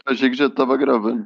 Achei que já tava gravando.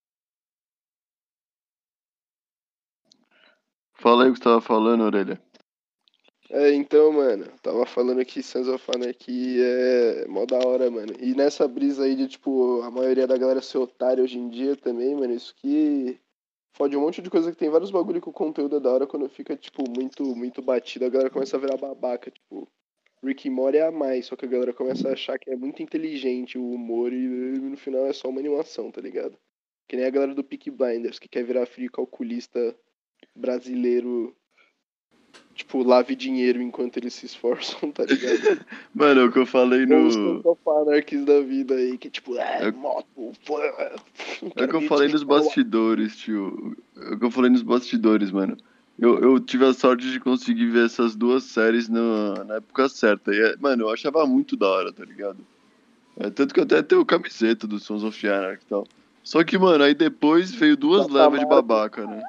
Fala aí o que você tava falando, Orelha. Então, mano, tava falando que Sons of Anarchy é mó da hora, mano. E nessa brisa aí de, tipo, a maioria da galera ser otária hoje em dia também, mano, isso que fode um monte de coisa que tem vários bagulho que o conteúdo é da hora quando fica, tipo, muito batido, a galera começa a virar babaca, tipo, Rick and Morty é a mais, só que a galera começa a achar que é muito inteligente o humor e no final é só uma animação, tá ligado? Que nem a galera do Peaky Blinders, que quer virar frio calculista brasileiro, tipo, lave dinheiro enquanto eles se esforçam, tá ligado? Mano, é o que eu falei Ou os Sons no. of Anarchies da vida aí, que tipo, É, moto, é o quero que eu me falei nos desligar. bastidores, tio. É o que eu falei nos bastidores, mano. Eu tive a sorte de conseguir ver essas duas séries na época certa. Mano, eu achava muito da hora, tá ligado? Tanto que eu até tenho camiseta do Sons of Anarchy e tal. Só que, mano, aí depois veio duas Da levas de Samarco. babaca, né?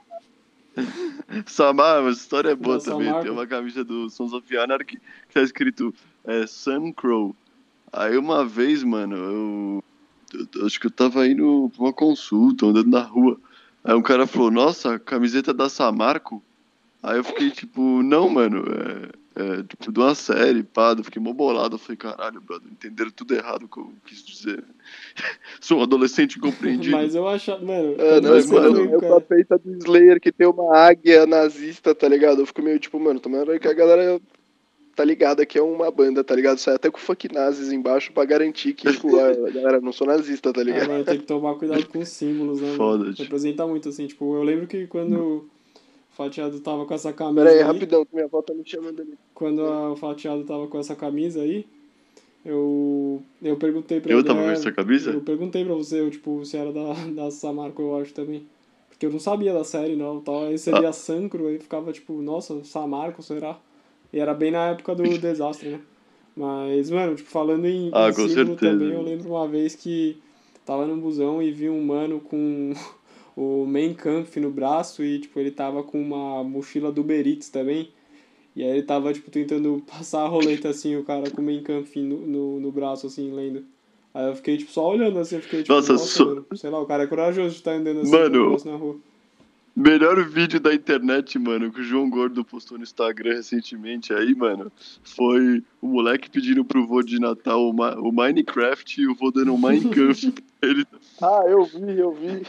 Samar, essa história é boa Da também. Tem Samarco. uma camisa do Sons of Anarchy que tá escrito Sun Crow. Aí uma vez, mano, eu acho que eu tava indo pra uma consulta, andando na rua. Aí um cara falou, nossa, camiseta da Samarco? Aí eu fiquei tipo, não, mano, tipo de uma série, pá, eu fiquei mó bolado. Eu falei, caralho, brother, entenderam tudo errado o que eu quis dizer. Sou um adolescente incompreendido. Mas eu achava, mano, Ah, quando não, você mano, foi, eu com a cara. peita do Slayer que tem uma águia nazista, tá ligado? Eu fico meio tipo, mano, tomando que a galera tá ligada que é uma banda, tá ligado? Sai até com fuck nazis embaixo pra garantir que, tipo, a galera não sou nazista, tá Ah, ligado? mano, tem que tomar cuidado com os símbolos, né, mano? Foda, tio. Representa muito, assim, tipo, eu lembro que quando o Fatiado tava com essa Pera aí, camisa aí, rapidão, que minha avó tá me chamando ali. quando o Fatiado tava com essa camisa aí, eu perguntei pra Eu ele, tava com essa camisa? eu perguntei pra você, eu, tipo, se era da Samarco, eu acho também. Porque eu não sabia da série, não, tal. Aí você Ah, lia Sancro, aí ficava, tipo, nossa, Samarco, será? E era bem na época do desastre, né? Mas, mano, tipo, falando em com símbolo também, eu certeza. lembro uma vez que tava no busão e vi um mano com o Mein Kampf no braço e, tipo, ele tava com uma mochila do Uber Eats também. E aí ele tava, tipo, tentando passar a roleta, assim, o cara com o Mein Kampf no braço, assim, lendo. Aí eu fiquei, tipo, só olhando, assim, eu fiquei, tipo, Nossa, nossa, mano, sei lá, o cara é corajoso de estar andando assim com o mano, negócio na rua. melhor vídeo da internet, mano, que o João Gordo postou no Instagram recentemente aí, mano, foi o moleque pedindo pro vô de Natal o Minecraft e o vô dando um Minecraft pra ele. Ah, eu vi.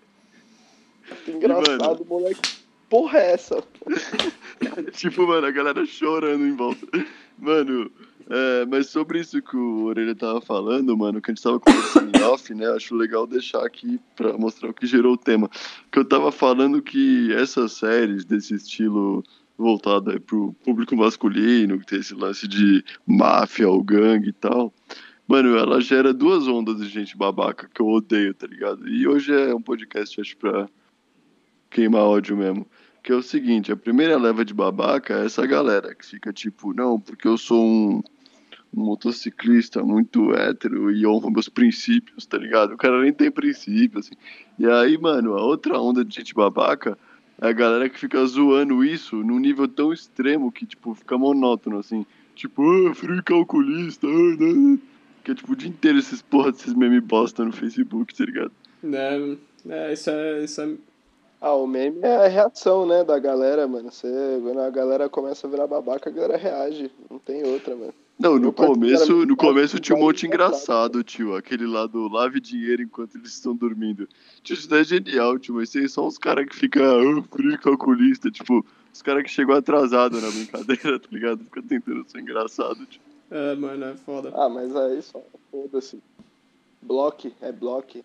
Que E, mano, engraçado, moleque. Porra é essa? tipo, mano, a galera chorando em volta. Mano, mas sobre isso que o Orelha tava falando, mano, que a gente tava conversando em off, né? Acho legal deixar aqui pra mostrar o que gerou o tema. Que eu tava falando que essas séries desse estilo voltado aí pro público masculino, que tem esse lance de máfia ou gangue e tal, mano, ela gera duas ondas de gente babaca que eu odeio, tá ligado? E hoje é um podcast, acho, pra queimar ódio mesmo. Que é o seguinte, a primeira leva de babaca é essa galera que fica tipo, não, porque eu sou um motociclista muito hétero e honro meus princípios, tá ligado? O cara nem tem princípio, assim. E aí, mano, a outra onda de gente babaca é a galera que fica zoando isso num nível tão extremo que, tipo, fica monótono, assim. Tipo, frio calculista, né? Que é, tipo, o dia inteiro esses porra desses memes bosta no Facebook, tá ligado? Né, isso é. Ah, o meme é a reação, né, da galera, mano. Quando a galera começa a virar babaca, a galera reage. Não tem outra, mano. Não, Eu particularmente no acho começo que tinha um vai monte engraçado. engraçado, tio. Aquele lá do lave dinheiro enquanto eles estão dormindo. Tio, isso daí é genial, tio. Mas tem só uns caras que ficam frio calculista. Tipo, os caras que chegou atrasado na brincadeira, tá ligado? Fica tentando ser engraçado, tio. É, mano, é foda. Ah, mas aí só, foda-se. Bloque, é bloque.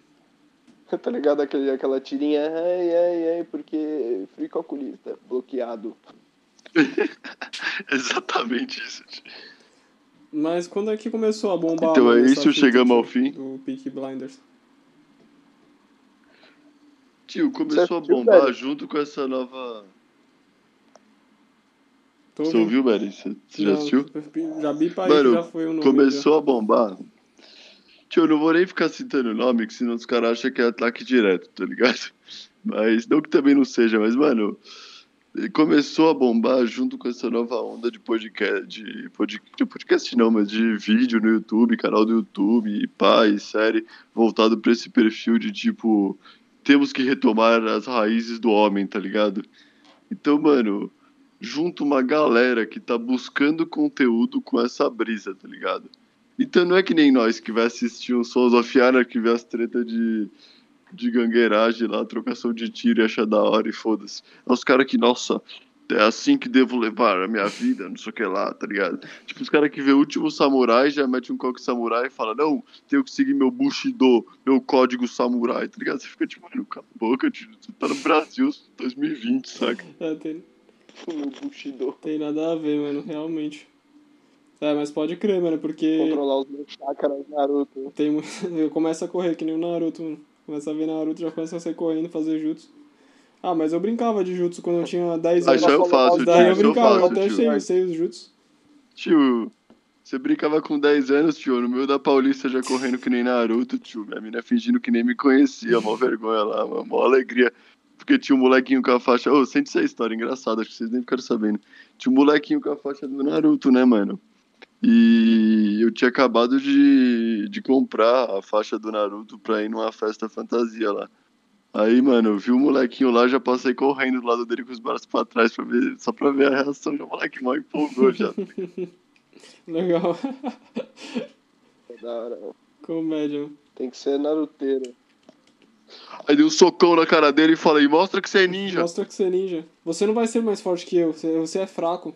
Tá ligado? Aquela tirinha, ai, porque fui calculista, bloqueado. Exatamente isso, tio. Mas quando é que começou a bombar, Então é mano, essa isso, fita, chegamos ao tio, fim. do Peaky Blinders? Tio, Você começou a assistiu, bombar velho? junto com essa nova. Tô Você ouvindo. ouviu, Mary? Você já Não, assistiu? já bipa aí que já Mano, foi o nome aí já. começou a bombar. Tio, eu não vou nem ficar citando o nome, que senão os caras acham que é ataque direto, tá ligado? Mas, não que também não seja, mas, mano, Ele começou a bombar junto com essa nova onda de podcast, de podcast não, mas de vídeo no YouTube, canal do YouTube, e pá, e série, voltado pra esse perfil de tipo, temos que retomar as raízes do homem, tá ligado? Então, mano, junto uma galera que tá buscando conteúdo com essa brisa, tá ligado? Então não é que nem nós que vai assistir um Sons of Anarchy, que vê as tretas de gangueiragem lá, trocação de tiro e acha da hora e foda-se. É os caras que, nossa, é assim que devo levar a minha vida, não sei o que lá, tá ligado? Tipo, os caras que vê o último samurai, já mete um coque samurai e fala, não, tenho que seguir meu Bushido, meu código samurai, tá ligado? Você fica tipo, mano, cala a boca, tio, você tá no Brasil 2020, saca? Tem, No Bushido. tem nada a ver, mano, realmente. Mas pode crer, mano, porque Controlar os meus chakras Naruto. eu começo a correr que nem o Naruto, mano. Começa a ver Naruto, já começa a sair correndo, fazer jutsu. Ah, mas eu brincava de jutsu quando eu tinha 10 Ah, anos. isso aí eu faço, tio, Daí eu isso eu brincava, eu faço, até tio. sei os jutsu. Tio, você brincava com 10 anos, tio, no meio da Paulista já correndo que nem Naruto, tio. Minha mina fingindo que nem me conhecia, mó vergonha lá, mano, mó alegria. Porque tinha um molequinho com a faixa. Ô, sente essa história engraçada, acho que vocês nem ficaram sabendo. Tinha um molequinho com a faixa do Naruto, né, mano? E eu tinha acabado de comprar a faixa do Naruto pra ir numa festa fantasia lá. Aí, mano, eu vi o molequinho lá, já passei correndo do lado dele com os braços pra trás pra ver, só pra ver a reação. Já o moleque mal empolgou já. Legal. Da hora. Comédia. Tem que ser naruteiro. Aí dei um socão na cara dele e falei, mostra que você é ninja. Mostra que você é ninja. Você não vai ser mais forte que eu, você é fraco.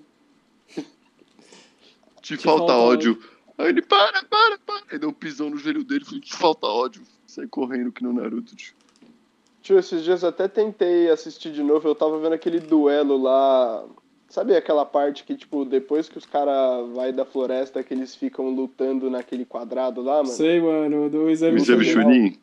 Te falta ódio. Aí ele, para. Aí deu um pisão no joelho dele e falei, te falta ódio. Sai correndo que no Naruto, tio. Tio, esses dias eu até tentei assistir de novo, eu tava vendo aquele duelo lá. Sabe aquela parte que, tipo, depois que os caras vai da floresta, que eles ficam lutando naquele quadrado lá, mano? Sei, mano, do O exame Exame Chunin.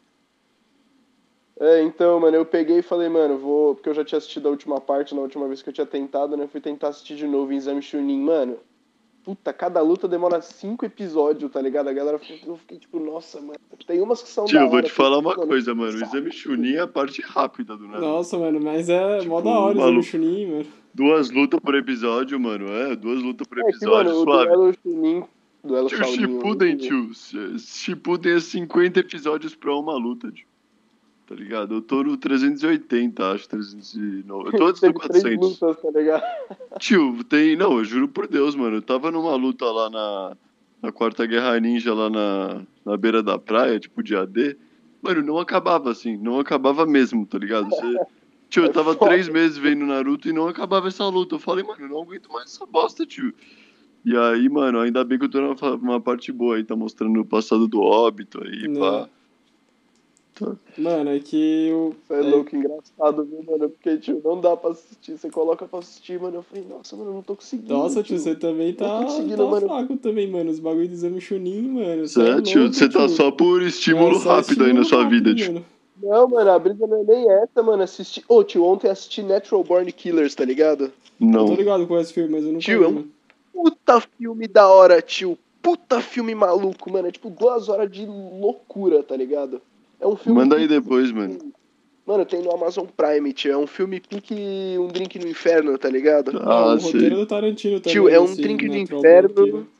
É, então, mano, eu peguei e falei, mano, vou. Porque eu já tinha assistido a última parte, na última vez que eu tinha tentado, né? Fui tentar assistir de novo em Exame Chunin, mano. Puta, cada luta demora 5 episódios, tá ligado? A galera, eu fiquei tipo, nossa, mano. Tem umas que são Tio, da eu vou hora, te falar tem- uma mano, coisa, mano. O sabe? Exame Chunin é a parte rápida do Naruto. Nossa, mano, mas é Tipo, mó da hora o exame maluco. Chunin, mano. 2 lutas por episódio, mano. 2 lutas por É que, episódio, mano, o suave. duelo Chunin, duelo Tio, Shaolin, Shippuden, tio. Shippuden é 50 episódios pra uma luta, tio. Tá ligado? Eu tô no 380, acho, 309. Eu tô antes do teve 3 400. lutas, tá ligado? Tio, tem... Não, eu juro por Deus, mano. Eu tava numa luta lá na Quarta Guerra Ninja, lá na beira da praia, tipo, de AD. Mano, não acabava assim. Não acabava mesmo, tá ligado? Tio, eu tava 3 meses vendo Naruto e não acabava essa luta. Eu falei, mano, eu não aguento mais essa bosta, tio. E aí, mano, ainda bem que eu tô numa parte boa aí. Tá mostrando o passado do Óbito aí, pá. Tá. Mano, é que o. Você é louco, engraçado, viu, mano? Porque, tio, não dá pra assistir. Você coloca pra assistir, mano. Eu falei, nossa, mano, eu não tô conseguindo. Nossa, tio, você também tá, Não tô conseguindo, tá mano. fraco também, mano. Os bagulho de exame Chunin, mano. Você é Certo, tio? louco, Você tá tio. só por estímulo Só rápido aí na estímulo sua rápido, vida, tio. mano. Não, mano, a brisa não é nem essa, mano. Assisti. Ô, tio, ontem assisti Natural Born Killers, tá ligado? Eu tô Não. ligado com esse filme, mas eu nunca Tio, vi, é um mano. puta filme da hora, tio. Puta filme maluco, mano. É tipo 2 horas de loucura, tá ligado? É um filme. Manda aí depois, mano. Mano, tem no Amazon Prime, tio. É um filme pique um drink no inferno, tá ligado? Ah, o sei. roteiro do Tarantino também. Tio, é um esse drink no Natural inferno. Born Killer.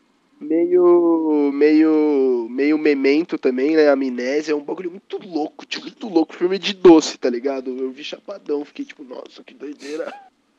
Meio memento também, né? Amnésia. É um bagulho muito louco, tio. Muito louco. Filme de doce, tá ligado? Eu vi chapadão. Fiquei tipo, nossa, que doideira.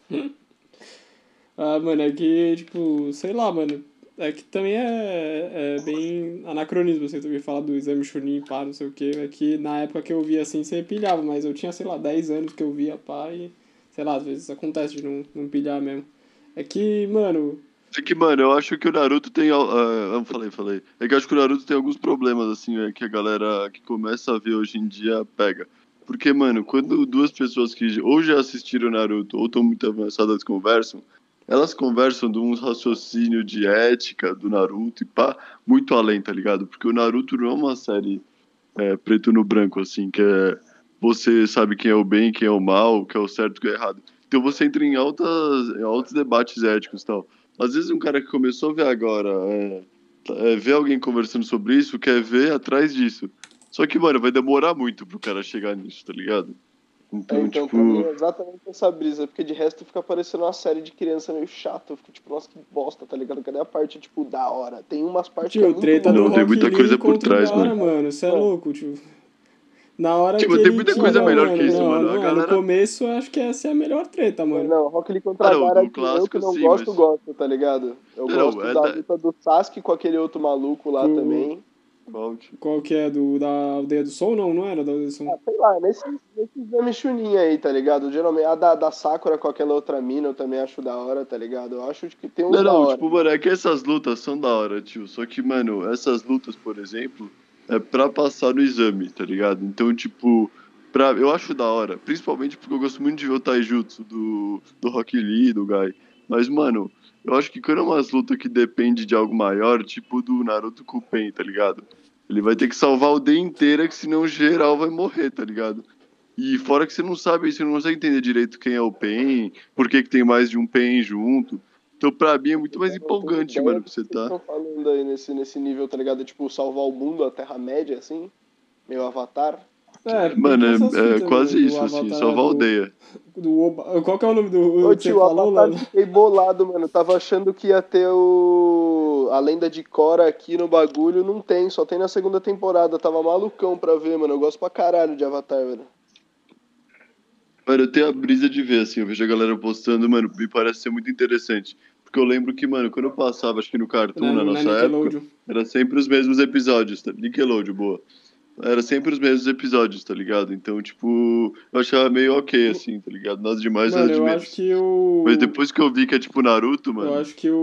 Ah, mano, é que, tipo, sei lá, mano. É que também é bem anacronismo você também falar do exame Chunin, pá, não sei o que. É que na época que eu via assim, você pilhava, mas eu tinha, sei lá, 10 anos que eu via, pá, e sei lá, às vezes acontece de não pilhar mesmo. É que, mano. É que, mano, eu acho que o Naruto tem. Falei. É que eu acho que o Naruto tem alguns problemas, assim, que a galera que começa a ver hoje em dia pega. Porque, mano, quando duas pessoas que ou já assistiram Naruto ou estão muito avançadas conversam, elas conversam de um raciocínio de ética do Naruto e pá, muito além, tá ligado? Porque o Naruto não é uma série preto no branco, assim, que é você sabe quem é o bem, quem é o mal, que é o certo, que é o errado. Então você entra em altos debates éticos e tal. Às vezes um cara que começou a ver agora, vê alguém conversando sobre isso, quer ver atrás disso. Só que, mano, vai demorar muito pro cara chegar nisso, tá ligado? Então, Então, pra mim tipo, é exatamente essa brisa, porque de resto fica parecendo uma série de criança meio chata. Eu fico tipo, nossa, que bosta, tá ligado? Cadê a parte, tipo, da hora? Tem umas partes que é Tio, muito treta do boa. não, tem Rock muita Lee coisa por contra o trás, Dara, mano. mano. Você é Mano, louco, tio. Na hora que Tipo, tem ele. muita Tio, coisa não, melhor que mano, isso, não, mano. A não. No galera. começo eu acho que essa é a melhor treta, mano. não, Rock Lee Ah, contra não, Dara, do que eu que clássico não sim, gosto, mas. gosto, tá ligado? Eu Não, gosto é da da. luta do Sasuke com aquele outro maluco lá O, também. Qual, tipo? qual que é? Da Aldeia do Sol? Não, não era da Aldeia do Sol. Ah, sei lá, nesses anime Chunin aí, tá ligado? Geralmente a da Sakura com aquela outra mina eu também acho da hora, tá ligado? Eu acho que tem uns Não, da não, hora. tipo, mano, é que essas lutas são da hora, tio. Só que, mano, essas lutas, por exemplo, é pra passar no exame, tá ligado? Então, tipo, eu acho da hora. Principalmente porque eu gosto muito de ver o Taijutsu do Rock Lee, do Guy. Mas, mano, eu acho que quando é umas lutas que depende de algo maior, tipo do Naruto com o Pen, tá ligado? Ele vai ter que salvar a aldeia inteira, que senão geral vai morrer, tá ligado? E fora que você não sabe, você não consegue entender direito quem é o Pen, por que que tem mais de um Pen junto. Então, pra mim, é muito mais Eu não tenho empolgante, ideia mano, do que que você vocês tá. estão falando aí nesse nível, tá ligado? Tipo, salvar o mundo, a Terra-média, assim, meio Avatar. É, Mano, pique essas é fitas quase mesmo, do isso, assim, Avatar, salvar a aldeia. do Oba. Qual que é o nome do Ô que você tio, o falou, Avatar, Lano? fiquei bolado, mano. Tava achando que ia ter a lenda de Korra aqui no bagulho. Não tem, só tem na segunda temporada. Tava malucão pra ver, mano. Eu gosto pra caralho de Avatar, velho. Mano, eu tenho a brisa de ver, assim, eu vejo a galera postando, mano, me parece ser muito interessante. Porque eu lembro que, mano, quando eu passava, acho que no Cartoon, na Na nossa época, Nickelodeon. era sempre os mesmos episódios, tá? Nickelodeon, boa. Era sempre os mesmos episódios, tá ligado? Então, tipo, eu achava meio ok, assim, tá ligado? Nada demais, nada Mano, de eu acho menos. que Mas depois que eu vi que é tipo Naruto, Eu mano. acho que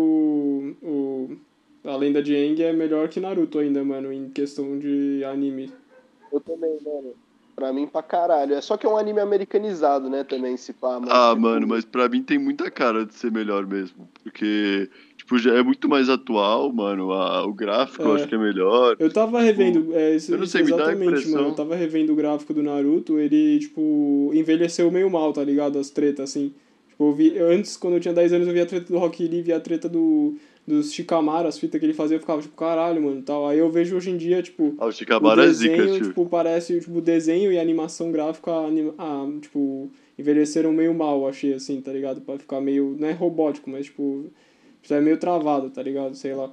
a Lenda de Aang é melhor que Naruto ainda, mano, em questão de anime. Eu também, mano. Pra mim, pra caralho. É só que é um anime americanizado, né, também, se pá, mas, Ah, mano, tipo... mas pra mim tem muita cara de ser melhor mesmo. Porque, tipo, já é muito mais atual, mano. O gráfico eu acho É, que é melhor. eu tava Tipo, revendo, eu não isso sei, me dá a exatamente, mano. Eu impressão. tava revendo o gráfico do Naruto, ele, tipo, envelheceu meio mal, tá ligado? As tretas, assim. Tipo, antes, quando eu tinha 10 anos, eu via a treta do Rock Lee, via a treta dos Shikamaru, as fitas que ele fazia, eu ficava, tipo, caralho, mano, tal. Aí eu vejo hoje em dia, tipo, Ah, o o Shikamaru é zica, desenho, tio. tipo, parece, tipo, o desenho e a animação gráfica, tipo, envelheceram meio mal, achei, assim, tá ligado? Pra ficar meio, não é robótico, mas, tipo, é meio travado, tá ligado? Sei lá.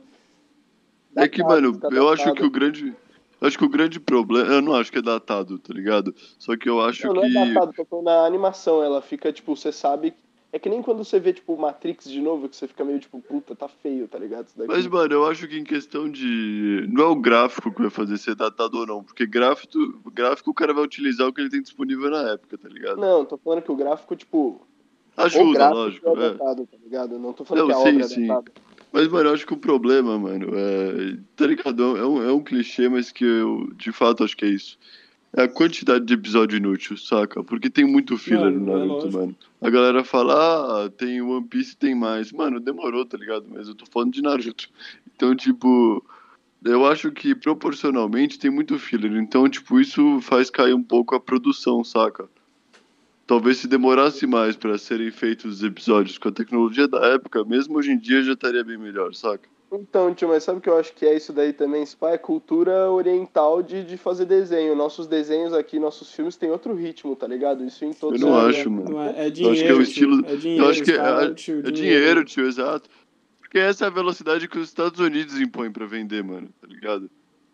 É que, Datado, mano, fica eu acho que datado. o grande. Eu acho que o grande problema. Eu não acho que é datado, tá ligado? Só que eu acho Não, não é que. datado, tô falando na animação, ela fica, tipo, você sabe. É que nem quando você vê, tipo, Matrix de novo, que você fica meio tipo, puta, tá feio, tá ligado? Isso Mas, daqui. mano, eu acho que em questão de. Não é o gráfico que vai fazer ser datado ou não. Porque gráfico o cara vai utilizar o que ele tem disponível na época, tá ligado? Não, tô falando que o gráfico, tipo, o Ajuda, gráfico lógico. é É. datado, tá ligado? Não tô falando que Não, a sim, obra é sim. datada. Mas, mano, eu acho que o problema, mano, é. Tá ligado? É um clichê, mas que eu, de fato, acho que é isso. É a quantidade de episódio inútil, saca? Porque tem muito filler no Mano, é Naruto, lógico. mano. A galera fala, tem One Piece tem mais. Mano, demorou, tá ligado? Mas eu tô falando de Naruto. Então, tipo, eu acho que proporcionalmente tem muito filler. Então, tipo, isso faz cair um pouco a produção, saca? Talvez se demorasse mais pra serem feitos os episódios com a tecnologia da época, mesmo hoje em dia já estaria bem melhor, saca? Então, tio, mas sabe o que eu acho que é isso daí também, Spa? É cultura oriental de fazer desenho. Nossos desenhos aqui, nossos filmes têm outro ritmo, tá ligado? Isso em Eu todos os não É, acho, lugares. mano. não é, é Eu acho que é o dinheiro, tio. estilo. É Eu dinheiro, acho os que caras, tio, é dinheiro, dinheiro, mano. tio, exato. Porque essa é a velocidade que os Estados Unidos impõem pra vender, mano, tá ligado?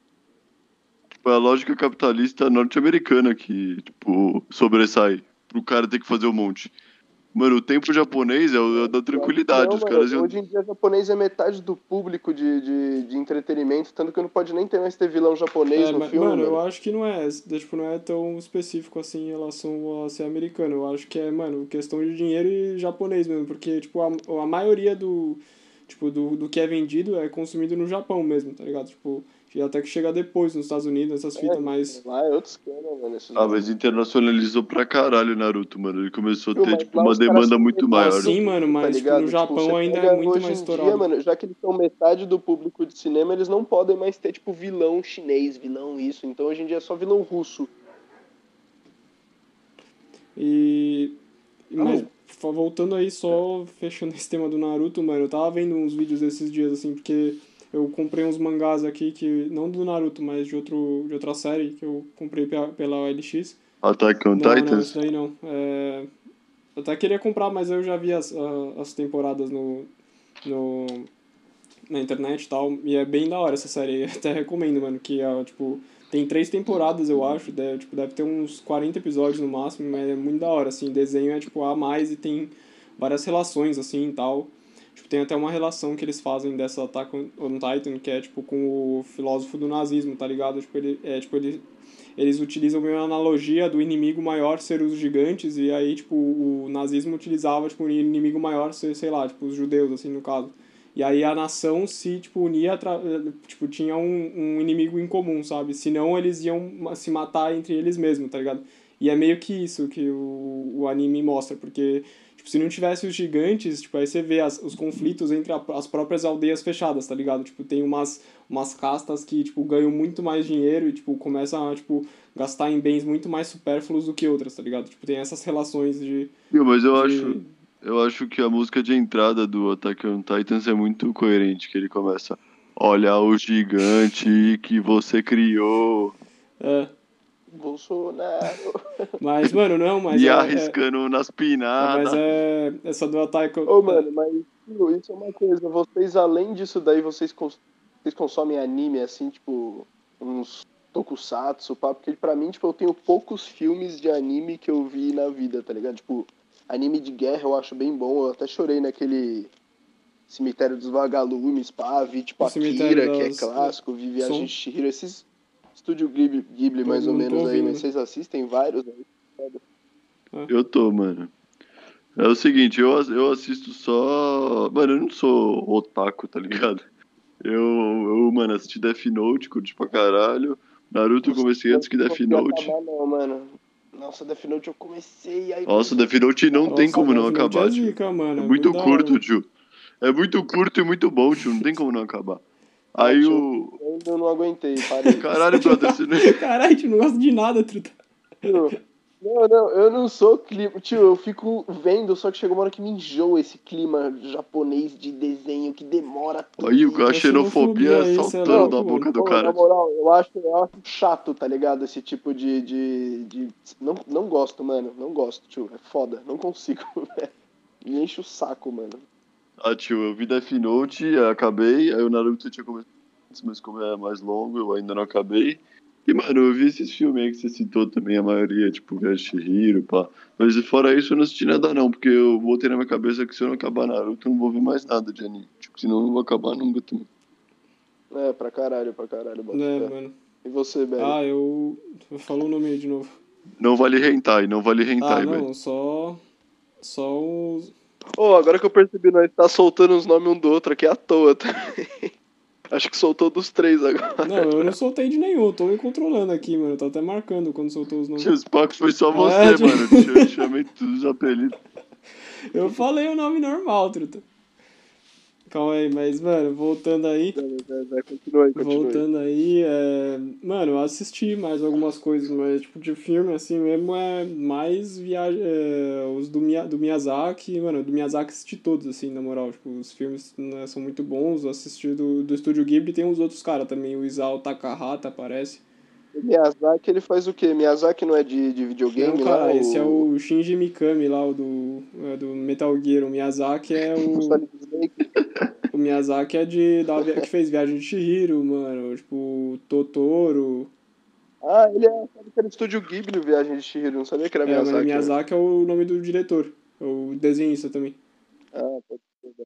Tipo, é a lógica capitalista norte-americana que, tipo, sobressai pro cara ter que fazer um monte. Mano, o tempo japonês é o da Eu acho que tranquilidade. não, Os mano. caras iam. Hoje em dia, japonês é metade do público de entretenimento, tanto que não pode nem ter mais ter vilão japonês É, no filme, mano, eu mano. acho que tipo, não é tão específico assim em relação a ser americano. Eu acho que é, mano, questão de dinheiro e japonês mesmo, porque, tipo, a maioria do que é vendido é consumido no Japão mesmo, tá ligado? Tipo, e até que chega depois nos Estados Unidos, essas É, fitas mais. lá é outro esquema, mano, esses Ah, mas bagulho. internacionalizou pra caralho o Naruto, mano. Ele começou a Viu, ter, mas tipo, lá uma os caras demanda são muito Ah, metade maior. do sim, mano, público, tá mas, tipo, no ligado? Tipo, Japão você ainda é pega muito hoje mais em dia, estourado. mano, já que eles são metade do público de cinema, eles não podem mais ter, tipo, vilão chinês, vilão isso. Então hoje em dia é só vilão russo. E. Mas Alô? voltando aí, só fechando esse tema do Naruto, mano, eu tava vendo uns vídeos esses dias, assim, porque eu comprei uns mangás aqui que. Não do Naruto, mas de outra série que eu comprei pela OLX. Attack on Não, Titans? isso daí não. Eu até queria comprar, mas eu já vi as temporadas na internet e tal, e é bem da hora essa série, eu até recomendo, mano, que tipo, tem 3 temporadas, eu acho, deve ter uns 40 episódios no máximo, mas é muito da hora, assim, o desenho é, tipo, a mais e tem várias relações, assim, e tal. Tipo, tem até uma relação que eles fazem dessa Attack on Titan, que é, tipo, com o filósofo do nazismo, tá ligado? Tipo, eles utilizam meio a analogia do inimigo maior ser os gigantes, e aí, tipo, o nazismo utilizava, tipo, o inimigo maior ser, sei lá, tipo, os judeus, assim, no caso. E aí a nação se, tipo, unia, tipo, tinha um inimigo em comum, sabe? Senão eles iam se matar entre eles mesmos, tá ligado? E é meio que isso que o anime mostra, porque, tipo, se não tivesse os gigantes, tipo, aí você vê os conflitos entre as próprias aldeias fechadas, tá ligado? Tipo, tem umas castas que, tipo, ganham muito mais dinheiro e, tipo, começam a, tipo, gastar em bens muito mais supérfluos do que outras, tá ligado? Tipo, tem essas relações Viu, mas de... eu acho que a música de entrada do Attack on Titans é muito coerente, que ele começa, olha o gigante que você criou, É, Bolsonaro. mas, mano, não, mas e arriscando nas mas pinadas. essa do Attack... Ô, mano, mas tio, isso é uma coisa. Vocês, além disso daí, vocês consomem anime, assim, tipo, uns tokusatsu, pá? Porque pra mim, tipo, eu tenho poucos filmes de anime que eu vi na vida, tá ligado? Tipo, anime de guerra eu acho bem bom. Eu até chorei naquele Cemitério dos Vagalumes, pá. Vi, tipo, O Cemitério Akira, que é das... clássico. Vi Viagem Som... de Chihiro. Esses Estúdio Ghibli, mais ou Não tô menos aí. Mas ouvindo, vocês assistem vários aí? né? Eu tô, mano. É o seguinte, eu assisto só. Mano, eu não sou otaku, tá ligado? Mano, assisti Death Note, curti pra caralho. Naruto eu Nossa, comecei eu antes que não Death consegui Note. acabar, não, mano. Nossa, Death Note eu comecei, aí Nossa, começou a Death Note não tem Nossa, como não Death Note é acabar, tio. zica, mano, É é muito muito da hora, curto, mano. tio. É muito curto e muito bom, tio. Não tem como não acabar. Ah, Aí tio, o. eu ainda não aguentei, parei. Caralho, brother, você não. Caralho, tu não gosta de nada, truta. Tio, não, eu não sou clima. Tio, eu fico vendo, só que chegou uma hora que me enjoa esse clima japonês de desenho que demora Aí tudo. a É xenofobia xenofobia aí, cê é saltando da louco, boca mano. do Ô, na cara. moral, eu acho chato, tá ligado? Esse tipo de. Não, não gosto, mano. Não gosto, tio. É foda. Não consigo, velho. Me enche o saco, mano. Ah, tio, eu vi Death Note, acabei. Aí o Naruto tinha começado antes, mas como é mais longo, eu ainda não acabei. E, mano, eu vi esses filmes aí que você citou também, a maioria, tipo, Viagem de Chihiro, pá. Mas fora isso, eu não assisti nada não, porque eu botei na minha cabeça que se eu não acabar Naruto, eu não vou ver mais nada de anime. Tipo, senão eu não vou acabar nunca também. É, pra caralho, boto É, fé. mano. E você, Belly? Ah, eu... Falou o nome aí de novo. Não vale Ah, hentai, velho. não, só os... Ô, agora que eu percebi, nós tá soltando os nomes um do outro aqui à toa também. Acho que soltou dos 3 agora. Não, eu não soltei de nenhum, eu tô me controlando aqui, mano. Tô até marcando quando soltou os nomes. Tio, os pacos foi só É, você, tio. mano. Eu te chamei todos os apelidos. Eu falei o nome normal, truta. Calma aí, mas, mano, voltando aí... Continue. Mano, eu assisti mais algumas coisas, mas tipo de filme assim mesmo é mais viagem, os do Miyazaki, mano, do Miyazaki assisti todos assim, na moral, tipo, os filmes, né, são muito bons, eu assisti do Estúdio Ghibli, tem uns outros caras também, o Isao Takahata aparece. O Miyazaki, ele faz o quê? Miyazaki não é de Não, videogame lá? cara, esse é o Shinji Mikami lá, do Metal Gear, o Miyazaki é O Solid Snake? o Miyazaki é que fez Viagem de Chihiro, mano, tipo, Totoro. Ah, ele é aquele estúdio Ghibli, o Viagem de Chihiro. Não sabia que era Mas Miyazaki, velho. Miyazaki é o nome do diretor, é o desenhista também. Ah, pode ser.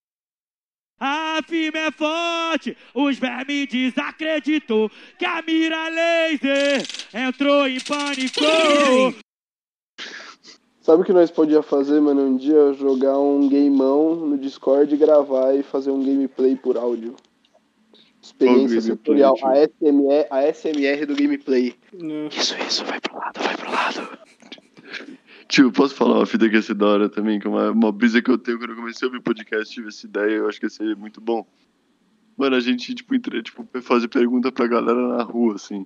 A firme é forte, os vermes desacreditou que a mira laser entrou em pânico. Sabe o que nós podíamos fazer, mano? Um dia jogar um gameão no Discord, gravar e fazer um gameplay por áudio. Experiência gameplay, sensorial. tio? A SMR do gameplay. Né? Isso, vai pro lado. Tio, posso falar uma fita que ia ser da hora também? Que é uma brisa que eu tenho quando eu comecei a ouvir podcast, tive essa ideia, eu acho que ia ser muito bom. Mano, a gente, tipo, fazer pergunta pra galera na rua, assim.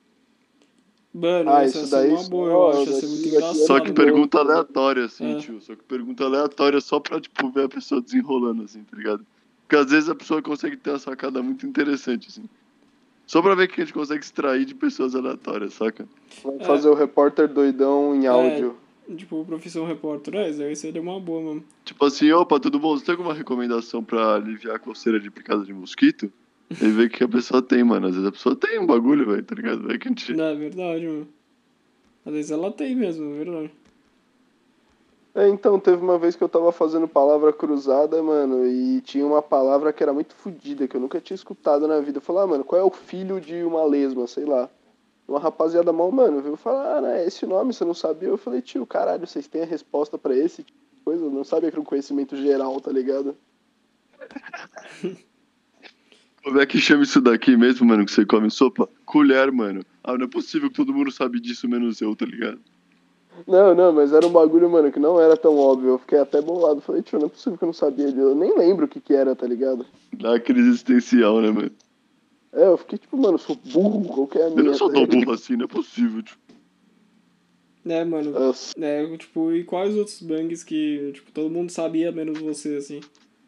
Mano, Ah, essa ia isso ser daí uma boa, eu acho, ia ser muito engraçado. Só que pergunta aleatória, assim, É. tio. Só que pergunta aleatória só pra, tipo, ver a pessoa desenrolando, assim, tá ligado? Porque às vezes a pessoa consegue ter uma sacada muito interessante, assim. Só pra ver o que a gente consegue extrair de pessoas aleatórias, saca? Vai fazer o repórter doidão em áudio. Tipo, profissão repórter. Isso aí seria uma boa mesmo. Tipo assim, opa, tudo bom? Você tem alguma recomendação pra aliviar a coceira de picada de mosquito? E ver o que a pessoa tem, mano. Às vezes a pessoa tem um bagulho, velho, tá ligado? Vai que a gente... É verdade, mano. Às vezes ela tem mesmo, é verdade. Então, teve uma vez que eu tava fazendo palavra cruzada, mano, e tinha uma palavra que era muito fodida, que eu nunca tinha escutado na vida. Eu falei, mano, qual é o filho de uma lesma, sei lá. Uma rapaziada mal, mano, veio falar, né, esse nome você não sabia? Eu falei, tio, caralho, vocês têm a resposta pra esse tipo de coisa? Não sabe aquele conhecimento geral, tá ligado? Como é que chama isso daqui mesmo, mano, que você come sopa? Colher, mano. Ah, não é possível que todo mundo sabe disso, menos eu, tá ligado? Não, mas era um bagulho, mano, que não era tão óbvio. Eu fiquei até bolado. Falei, tio, não é possível que eu não sabia disso. Eu nem lembro o que era, tá ligado? Dá uma crise existencial, né, mano? Eu fiquei tipo, mano, eu sou burro, qual que é a minha? Eu não sou tá tão ligado? burro assim, não é possível, tipo. Mano. Nossa. Tipo, e quais outros bangs que, tipo, todo mundo sabia, menos você, assim?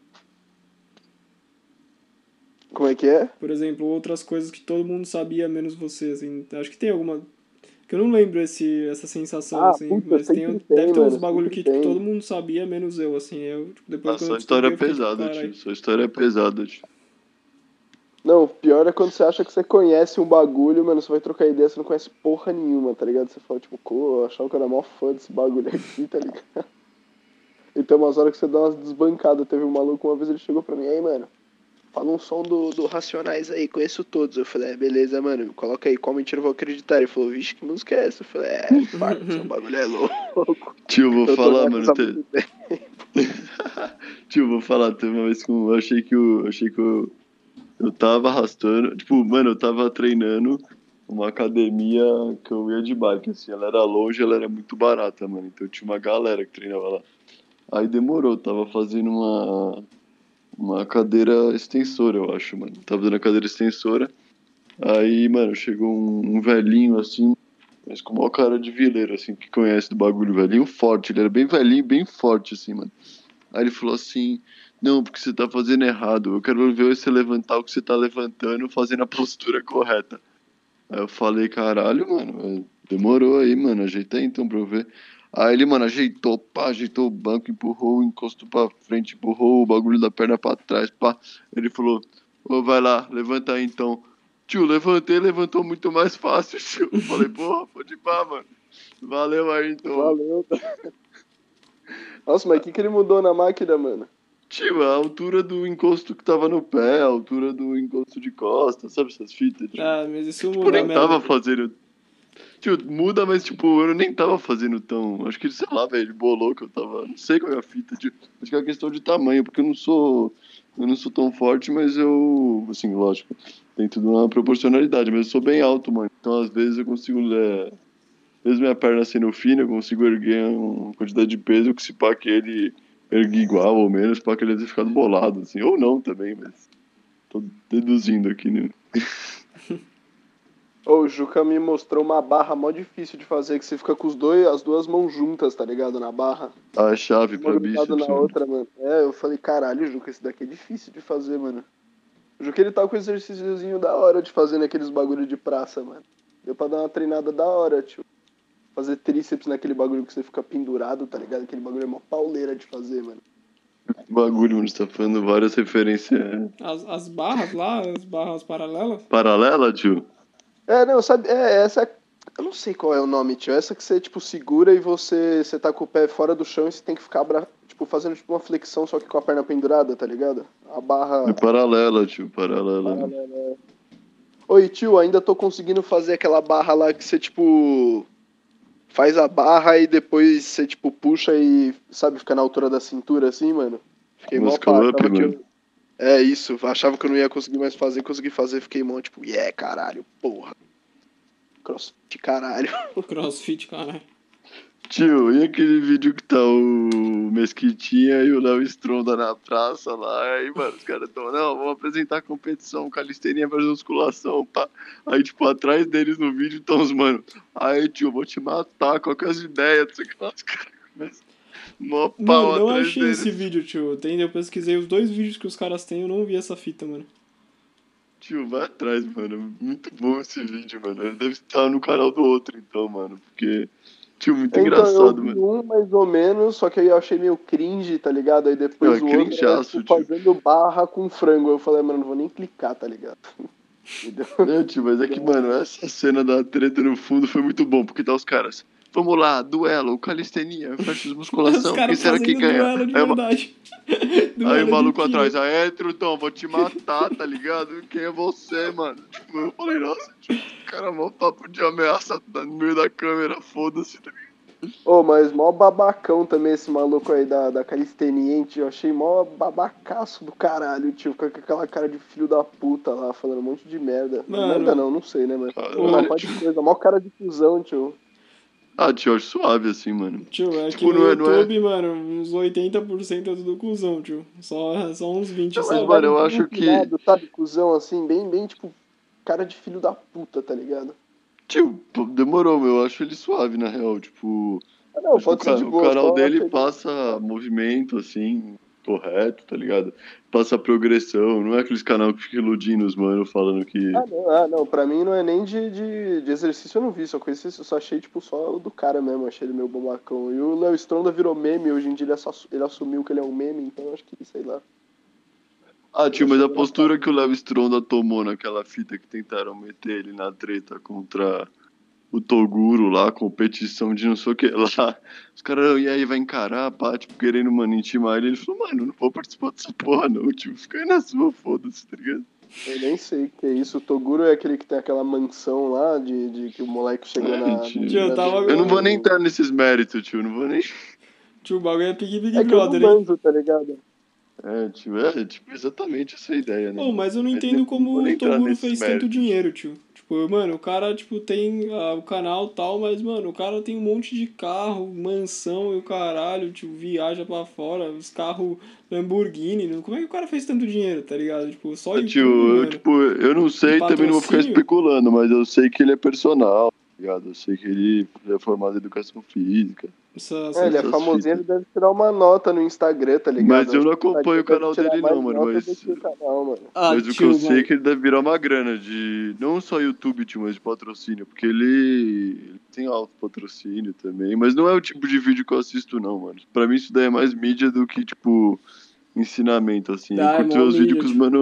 Como é que é? Por exemplo, outras coisas que todo mundo sabia, menos você, assim. Acho que tem alguma... Que eu não lembro essa sensação, assim. Puta, Mas sempre deve ter uns mano, bagulho sempre que, tipo, tem. todo mundo sabia, menos eu, assim. Eu, tipo, depois Ah, quando sua eu história descobri, é eu fiquei, tipo, pesada, caralho. tio. Sua história é pesada, tio. Não, o pior é quando você acha que você conhece um bagulho, mano, você vai trocar ideia, você não conhece porra nenhuma, tá ligado? Você fala, tipo, eu achava que eu era mó fã desse bagulho aqui, tá ligado? E tem umas horas que você dá umas desbancadas. Teve um maluco, uma vez ele chegou pra mim, aí, mano, fala um som do Racionais aí, conheço todos. Eu falei, beleza, mano, coloca aí, qual mentira eu vou acreditar? Ele falou, vixe, que música é essa? Eu falei, parça, seu bagulho é louco. Tio, vou Eu tô falar, nessas mano. há muito tempo. Tio, vou falar, teve uma vez que eu achei que eu tava arrastando. Tipo, mano, eu tava treinando uma academia que eu ia de bike, assim. Ela era longe, ela era muito barata, mano. Então tinha uma galera que treinava lá. Aí demorou, tava fazendo uma cadeira extensora, eu acho, mano. Tava fazendo a cadeira extensora. Aí, mano, chegou um velhinho assim, mas com uma cara de vileiro, assim, que conhece do bagulho, velhinho forte. Ele era bem velhinho, bem forte, assim, mano. Aí ele falou assim, não, porque você tá fazendo errado. Eu quero ver você levantar o que você tá levantando, fazendo a postura correta. Aí eu falei, caralho, mano, demorou aí, mano, ajeita aí então pra eu ver. Aí ele, mano, ajeitou, pá, ajeitou o banco, empurrou o encosto pra frente, empurrou o bagulho da perna pra trás, pá. Ele falou, ô, vai lá, levanta aí então. Tio, levantei, levantou muito mais fácil, tio. Eu falei, porra, pode ir pá, mano. Valeu aí então. Valeu. Nossa, mas o que ele mudou na máquina, mano? Tio, a altura do encosto que tava no pé, a altura do encosto de costa, sabe essas fitas, tio? Ah, mas isso Tipo, muda nem mesmo. tava fazendo. Tio, muda, mas tipo, eu nem tava fazendo tão. Acho que, sei lá, velho, ele bolou que eu tava. Não sei qual é a fita, tio. Acho que é uma questão de tamanho, porque eu não sou. Eu não sou tão forte, mas eu. Assim, lógico, tem tudo uma proporcionalidade, mas eu sou bem alto, mano. Então, às vezes, eu consigo. Mesmo minha perna sendo fina, eu consigo erguer uma quantidade de peso que se pá que ele ergue igual ou menos, pá que ele ter ficado bolado, assim. Ou não também, mas. Tô deduzindo aqui, né? Ô, o Juca me mostrou uma barra mó difícil de fazer, que você fica com as duas mãos juntas, tá ligado? Na barra. A chave Uma pra grudada bíceps, na né? outra, mano. Eu falei, caralho, Juca, esse daqui é difícil de fazer, mano. O Juca, ele tá com exercíciozinho da hora de fazer naqueles bagulho de praça, mano. Deu pra dar uma treinada da hora, tio. Fazer tríceps naquele bagulho que você fica pendurado, tá ligado? Aquele bagulho é mó pauleira de fazer, mano. Bagulho, mano, você tá falando várias referências As barras lá, as barras paralelas. paralela, tio? Não, sabe, essa. Eu não sei qual é o nome, tio. Essa que você, tipo, segura e você tá com o pé fora do chão e você tem que ficar, tipo, fazendo tipo, uma flexão, só que com a perna pendurada, tá ligado? A barra. É paralela, tio, paralela. Paralela. Oi, tio, ainda tô conseguindo fazer aquela barra lá que você, tipo. Faz a barra e depois você, tipo, puxa e, sabe, fica na altura da cintura assim, mano. Fiquei mó Muscle pá. up, mano. É isso, achava que eu não ia conseguir mais fazer, consegui fazer, fiquei mó, tipo, caralho, porra. Crossfit, caralho. Crossfit, caralho. Tio, e aquele vídeo que tá o Mesquitinha e o Léo Stronda na praça lá? Aí, mano, os caras tão, não, vamos apresentar competição, calistenia versus musculação, pá. Aí, tipo, atrás deles no vídeo estão os mano. Aí, tio, vou te matar, qual que é as ideias? Não sei o que lá, os caras começam. Mó pau Mano, não atrás achei deles. esse vídeo, tio. Eu pesquisei os 2 vídeos que os caras têm, eu não vi essa fita, mano. Tio, vai atrás, mano. Muito bom esse vídeo, mano. Ele deve estar no canal do outro, então, mano. Porque, tio, muito Então, eu engraçado, vi mano. um mais ou menos, só que aí eu achei meio cringe, tá ligado? Aí Não, depois é o outro era, cringeaço, tipo, tio. fazendo barra com frango. Eu falei, mano, não vou nem clicar, tá ligado? Me deu- Não, tio, mas é que, mano, essa cena da treta no fundo foi muito bom, porque tá os caras. Vamos lá, duelo, calistenia versus Os musculação. Quem caras será que fazendo ganha? duelo de Aí, verdade. aí o Duelo de maluco tiro. atrás, aí, Trutão, vou te matar, tá ligado? Quem é você, mano? Tipo, eu falei, nossa, tipo, cara, mó papo de ameaça tá no meio da câmera, foda-se, tá ligado? Ô, mas mó babacão também esse maluco aí da calistenia, hein, tio? Eu achei mó babacaço do caralho, tio. Com aquela cara de filho da puta lá, falando um monte de merda. Merda Mano, não sei, né, mano? Uma Caralho, parte tio. de coisa, mó cara de cuzão, tio. Ah, tio, acho suave assim, mano. tio, é que Tipo, no não é. YouTube, mano, uns 80% é tudo cuzão, tio. Só uns 20 Não, mas, só. mano, eu Bem acho que. empinado, sabe? Cuzão, assim, bem, tipo, cara de filho da puta, tá ligado? Tio, pô, demorou, meu. Eu acho ele suave, na real. Tipo, Ah, não, acho que pode ser de o boa, canal só dele achei ele... passa movimento, assim, correto, tá ligado? Passa progressão. Não é aqueles canal que fica iludindo os mano falando que. Ah, não, pra mim não é nem de exercício, eu não vi, só conheci, eu só achei, tipo, só o do cara mesmo, achei ele meio babacão. E o Léo Stronda virou meme, hoje em dia ele assumiu que ele é um meme, então eu acho que, sei lá. Ah, Ele tio, mas a chegou na postura casa. que o Léo Stronda tomou naquela fita que tentaram meter ele na treta contra o Toguro lá, competição de não sei o que lá. Os caras, e aí vai encarar, pá, tipo, querendo, mano, intimar ele. Ele falou, mano, não vou participar dessa porra, não, tio. Fica aí na sua, foda-se, tá ligado? Eu nem sei o que é isso. O Toguro é aquele que tem aquela mansão lá, de que o moleque chegou É, na tio. Tio, eu mina tava. Eu não vou nem do... entrar nesses méritos, tio. Não vou nem. Tio, o bagulho é Big É que eu não Brother, hein? manjo, tá ligado? É, tio, é, tipo, exatamente essa ideia, né, Oh, mano? mas eu não Mas entendo não vou como nem o entrar Toguro nesses fez tanto méritos. dinheiro, tio. Tipo, mano, o cara, tipo, tem o canal e tal, mas, mano, o cara tem um monte de carro, mansão e o caralho, tipo, viaja pra fora, os carros Lamborghini. Como é que o cara fez tanto dinheiro, tá ligado? Tipo, só Ah, tio, YouTube, eu, mano. tipo, eu não E sei, também não vou ficar patrocínio? especulando, mas eu sei que ele é personal, tá ligado? Eu sei que ele é formado em educação física, É, ele é essas famosinho, fitas. ele deve tirar uma nota no Instagram, tá ligado? Mas Eu eu acho não que o acompanho Instagram o deve canal tirar dele não, mais mano, nota do que o canal, mano. Ah, mas o que eu tio, sei é mas. que ele deve virar uma grana de, não só YouTube, tio, mas de patrocínio, porque ele tem alto patrocínio também, mas não é o tipo de vídeo que eu assisto não, mano. Pra mim isso daí é mais mídia do que, tipo, ensinamento, assim. Eu Ah, é curto ver mó os vídeos mídia, que tio.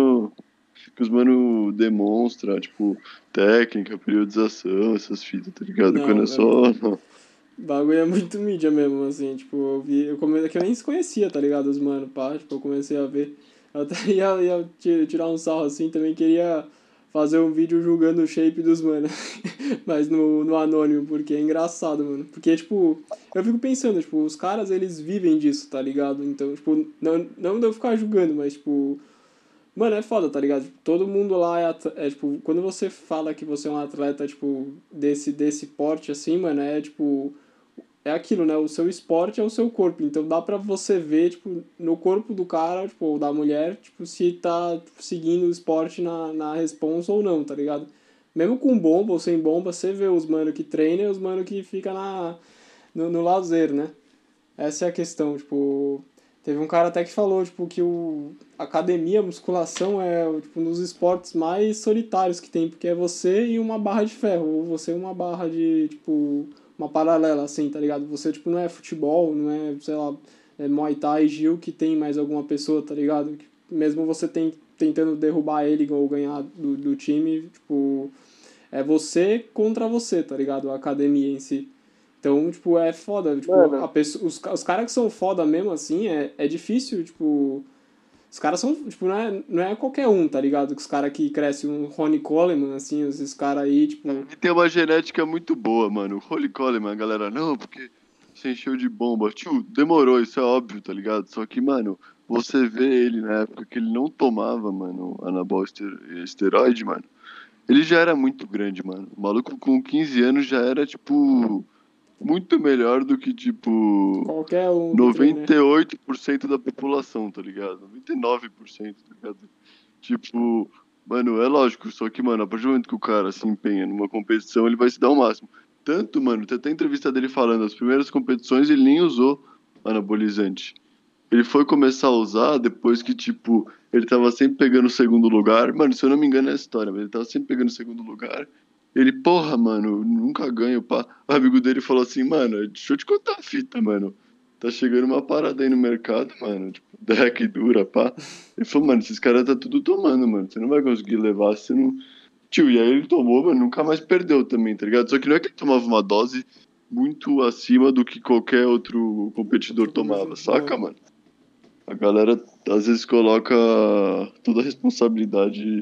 os mano demonstra, tipo, técnica, periodização, essas fitas, tá ligado? Quando Não, é mano. só... O bagulho é muito mídia mesmo, assim, tipo, que eu nem se conhecia, tá ligado, os mano, pá, tipo, eu comecei a ver, eu até ia tirar um sarro assim, também queria fazer um vídeo julgando o shape dos mano, mas no anônimo, porque é engraçado, mano, porque, tipo, eu fico pensando, tipo, os caras, eles vivem disso, tá ligado, então, tipo, não de eu ficar julgando, mas, tipo, mano, é foda, tá ligado? Tipo, todo mundo lá tipo, quando você fala que você é um atleta, tipo, desse porte, assim, mano, é, tipo, é aquilo, né? O seu esporte é o seu corpo. Então dá pra você ver, tipo, no corpo do cara, tipo, ou da mulher, tipo, se tá tipo, seguindo o esporte na responsa ou não, tá ligado? Mesmo com bomba ou sem bomba, você vê os mano que treina e os mano que fica no lazer, né? Essa é a questão, tipo... Teve um cara até que falou, tipo, que academia, musculação é, tipo, um dos esportes mais solitários que tem, porque é você e uma barra de ferro, ou você e uma barra de, tipo, uma paralela, assim, tá ligado? Você, tipo, não é futebol, não é, sei lá, é Muay Thai, Gil, que tem mais alguma pessoa, tá ligado? Que mesmo você tentando derrubar ele ou ganhar do time, tipo, é você contra você, tá ligado? A academia em si. Então, tipo, é foda. Tipo, Mano, os caras que são foda mesmo, assim, é difícil, tipo... Os caras são, tipo, não é qualquer um, tá ligado? Que os caras que crescem, um Ronnie Coleman, assim, esses caras aí, tipo... Ele tem uma genética muito boa, mano. O Holy Coleman, a galera, não, porque você encheu de bomba. Tio, demorou, isso é óbvio, tá ligado? Só que, mano, você vê ele na época que ele não tomava, mano, anabol esteroide, mano. Ele já era muito grande, mano. O maluco com 15 anos já era, tipo, muito melhor do que, tipo, Qualquer um que treina. 98% da população, tá ligado? 99%, tá ligado? Tipo, mano, é lógico, só que, mano, a partir do momento que o cara se empenha numa competição, ele vai se dar o máximo. Tanto, mano, tem até entrevista dele falando, as primeiras competições ele nem usou anabolizante. Ele foi começar a usar depois que, tipo, ele tava sempre pegando o segundo lugar. Mano, se eu não me engano é a história, mas ele tava sempre pegando o segundo lugar. Ele, porra, mano, nunca ganho, pá. O amigo dele falou assim, mano, deixa eu te contar a fita, mano. Tá chegando uma parada aí no mercado, mano, tipo, deck dura, pá. Ele falou, mano, esses caras tá tudo tomando, mano. Você não vai conseguir levar, você não... Tio, e aí ele tomou, mano, nunca mais perdeu também, tá ligado? Só que não é que ele tomava uma dose muito acima do que qualquer outro competidor tomava, saca, mano? A galera às vezes coloca toda a responsabilidade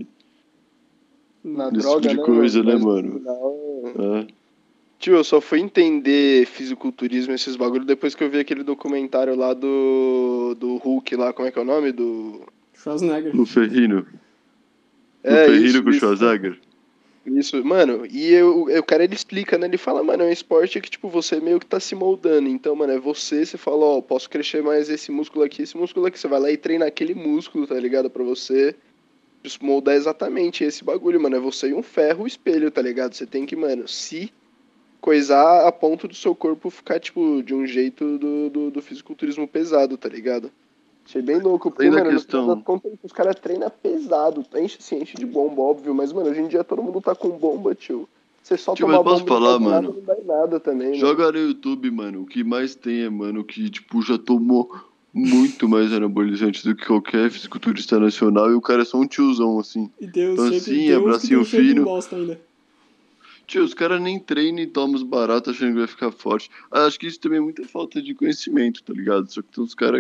Na nesse droga, tipo de né, coisa, né, Mas no mano? final... É. Tio, eu só fui entender fisiculturismo, esses bagulho, depois que eu vi aquele documentário lá do Hulk lá, como é que é o nome? Schwarzenegger. No Ferrino. No É, Ferrino com o isso. Schwarzenegger. Isso, mano, o cara ele explica, né? Ele fala, mano, é um esporte que, tipo, você meio que tá se moldando. Então, mano, é você fala, ó, posso crescer mais esse músculo aqui, esse músculo aqui. Você vai lá e treina aquele músculo, tá ligado? Pra você se moldar exatamente esse bagulho, mano. É você e um ferro, o espelho, tá ligado? Você tem que, mano, se coisar a ponto do seu corpo ficar, tipo, de um jeito do fisiculturismo pesado, tá ligado? Achei bem louco, porque, Além da mano, no final das questão. contas, os caras treinam pesado, enche de bomba, óbvio, mas, mano, hoje em dia todo mundo tá com bomba, tio. Você só Tio, mas tomar posso bomba e não falar, fazer nada, mano? não dá em nada também, mano. Joga no YouTube, mano. O que mais tem é, mano, que, tipo, já tomou muito mais anabolizante do que qualquer fisiculturista nacional e o cara é só um tiozão, assim. E tem Pancinha, uns que bracinho tem shape fino. bosta ainda. Tio, os caras nem treinam e tomam os baratos achando que vai ficar forte. Ah, acho que isso também é muita falta de conhecimento, tá ligado? Só que tem uns caras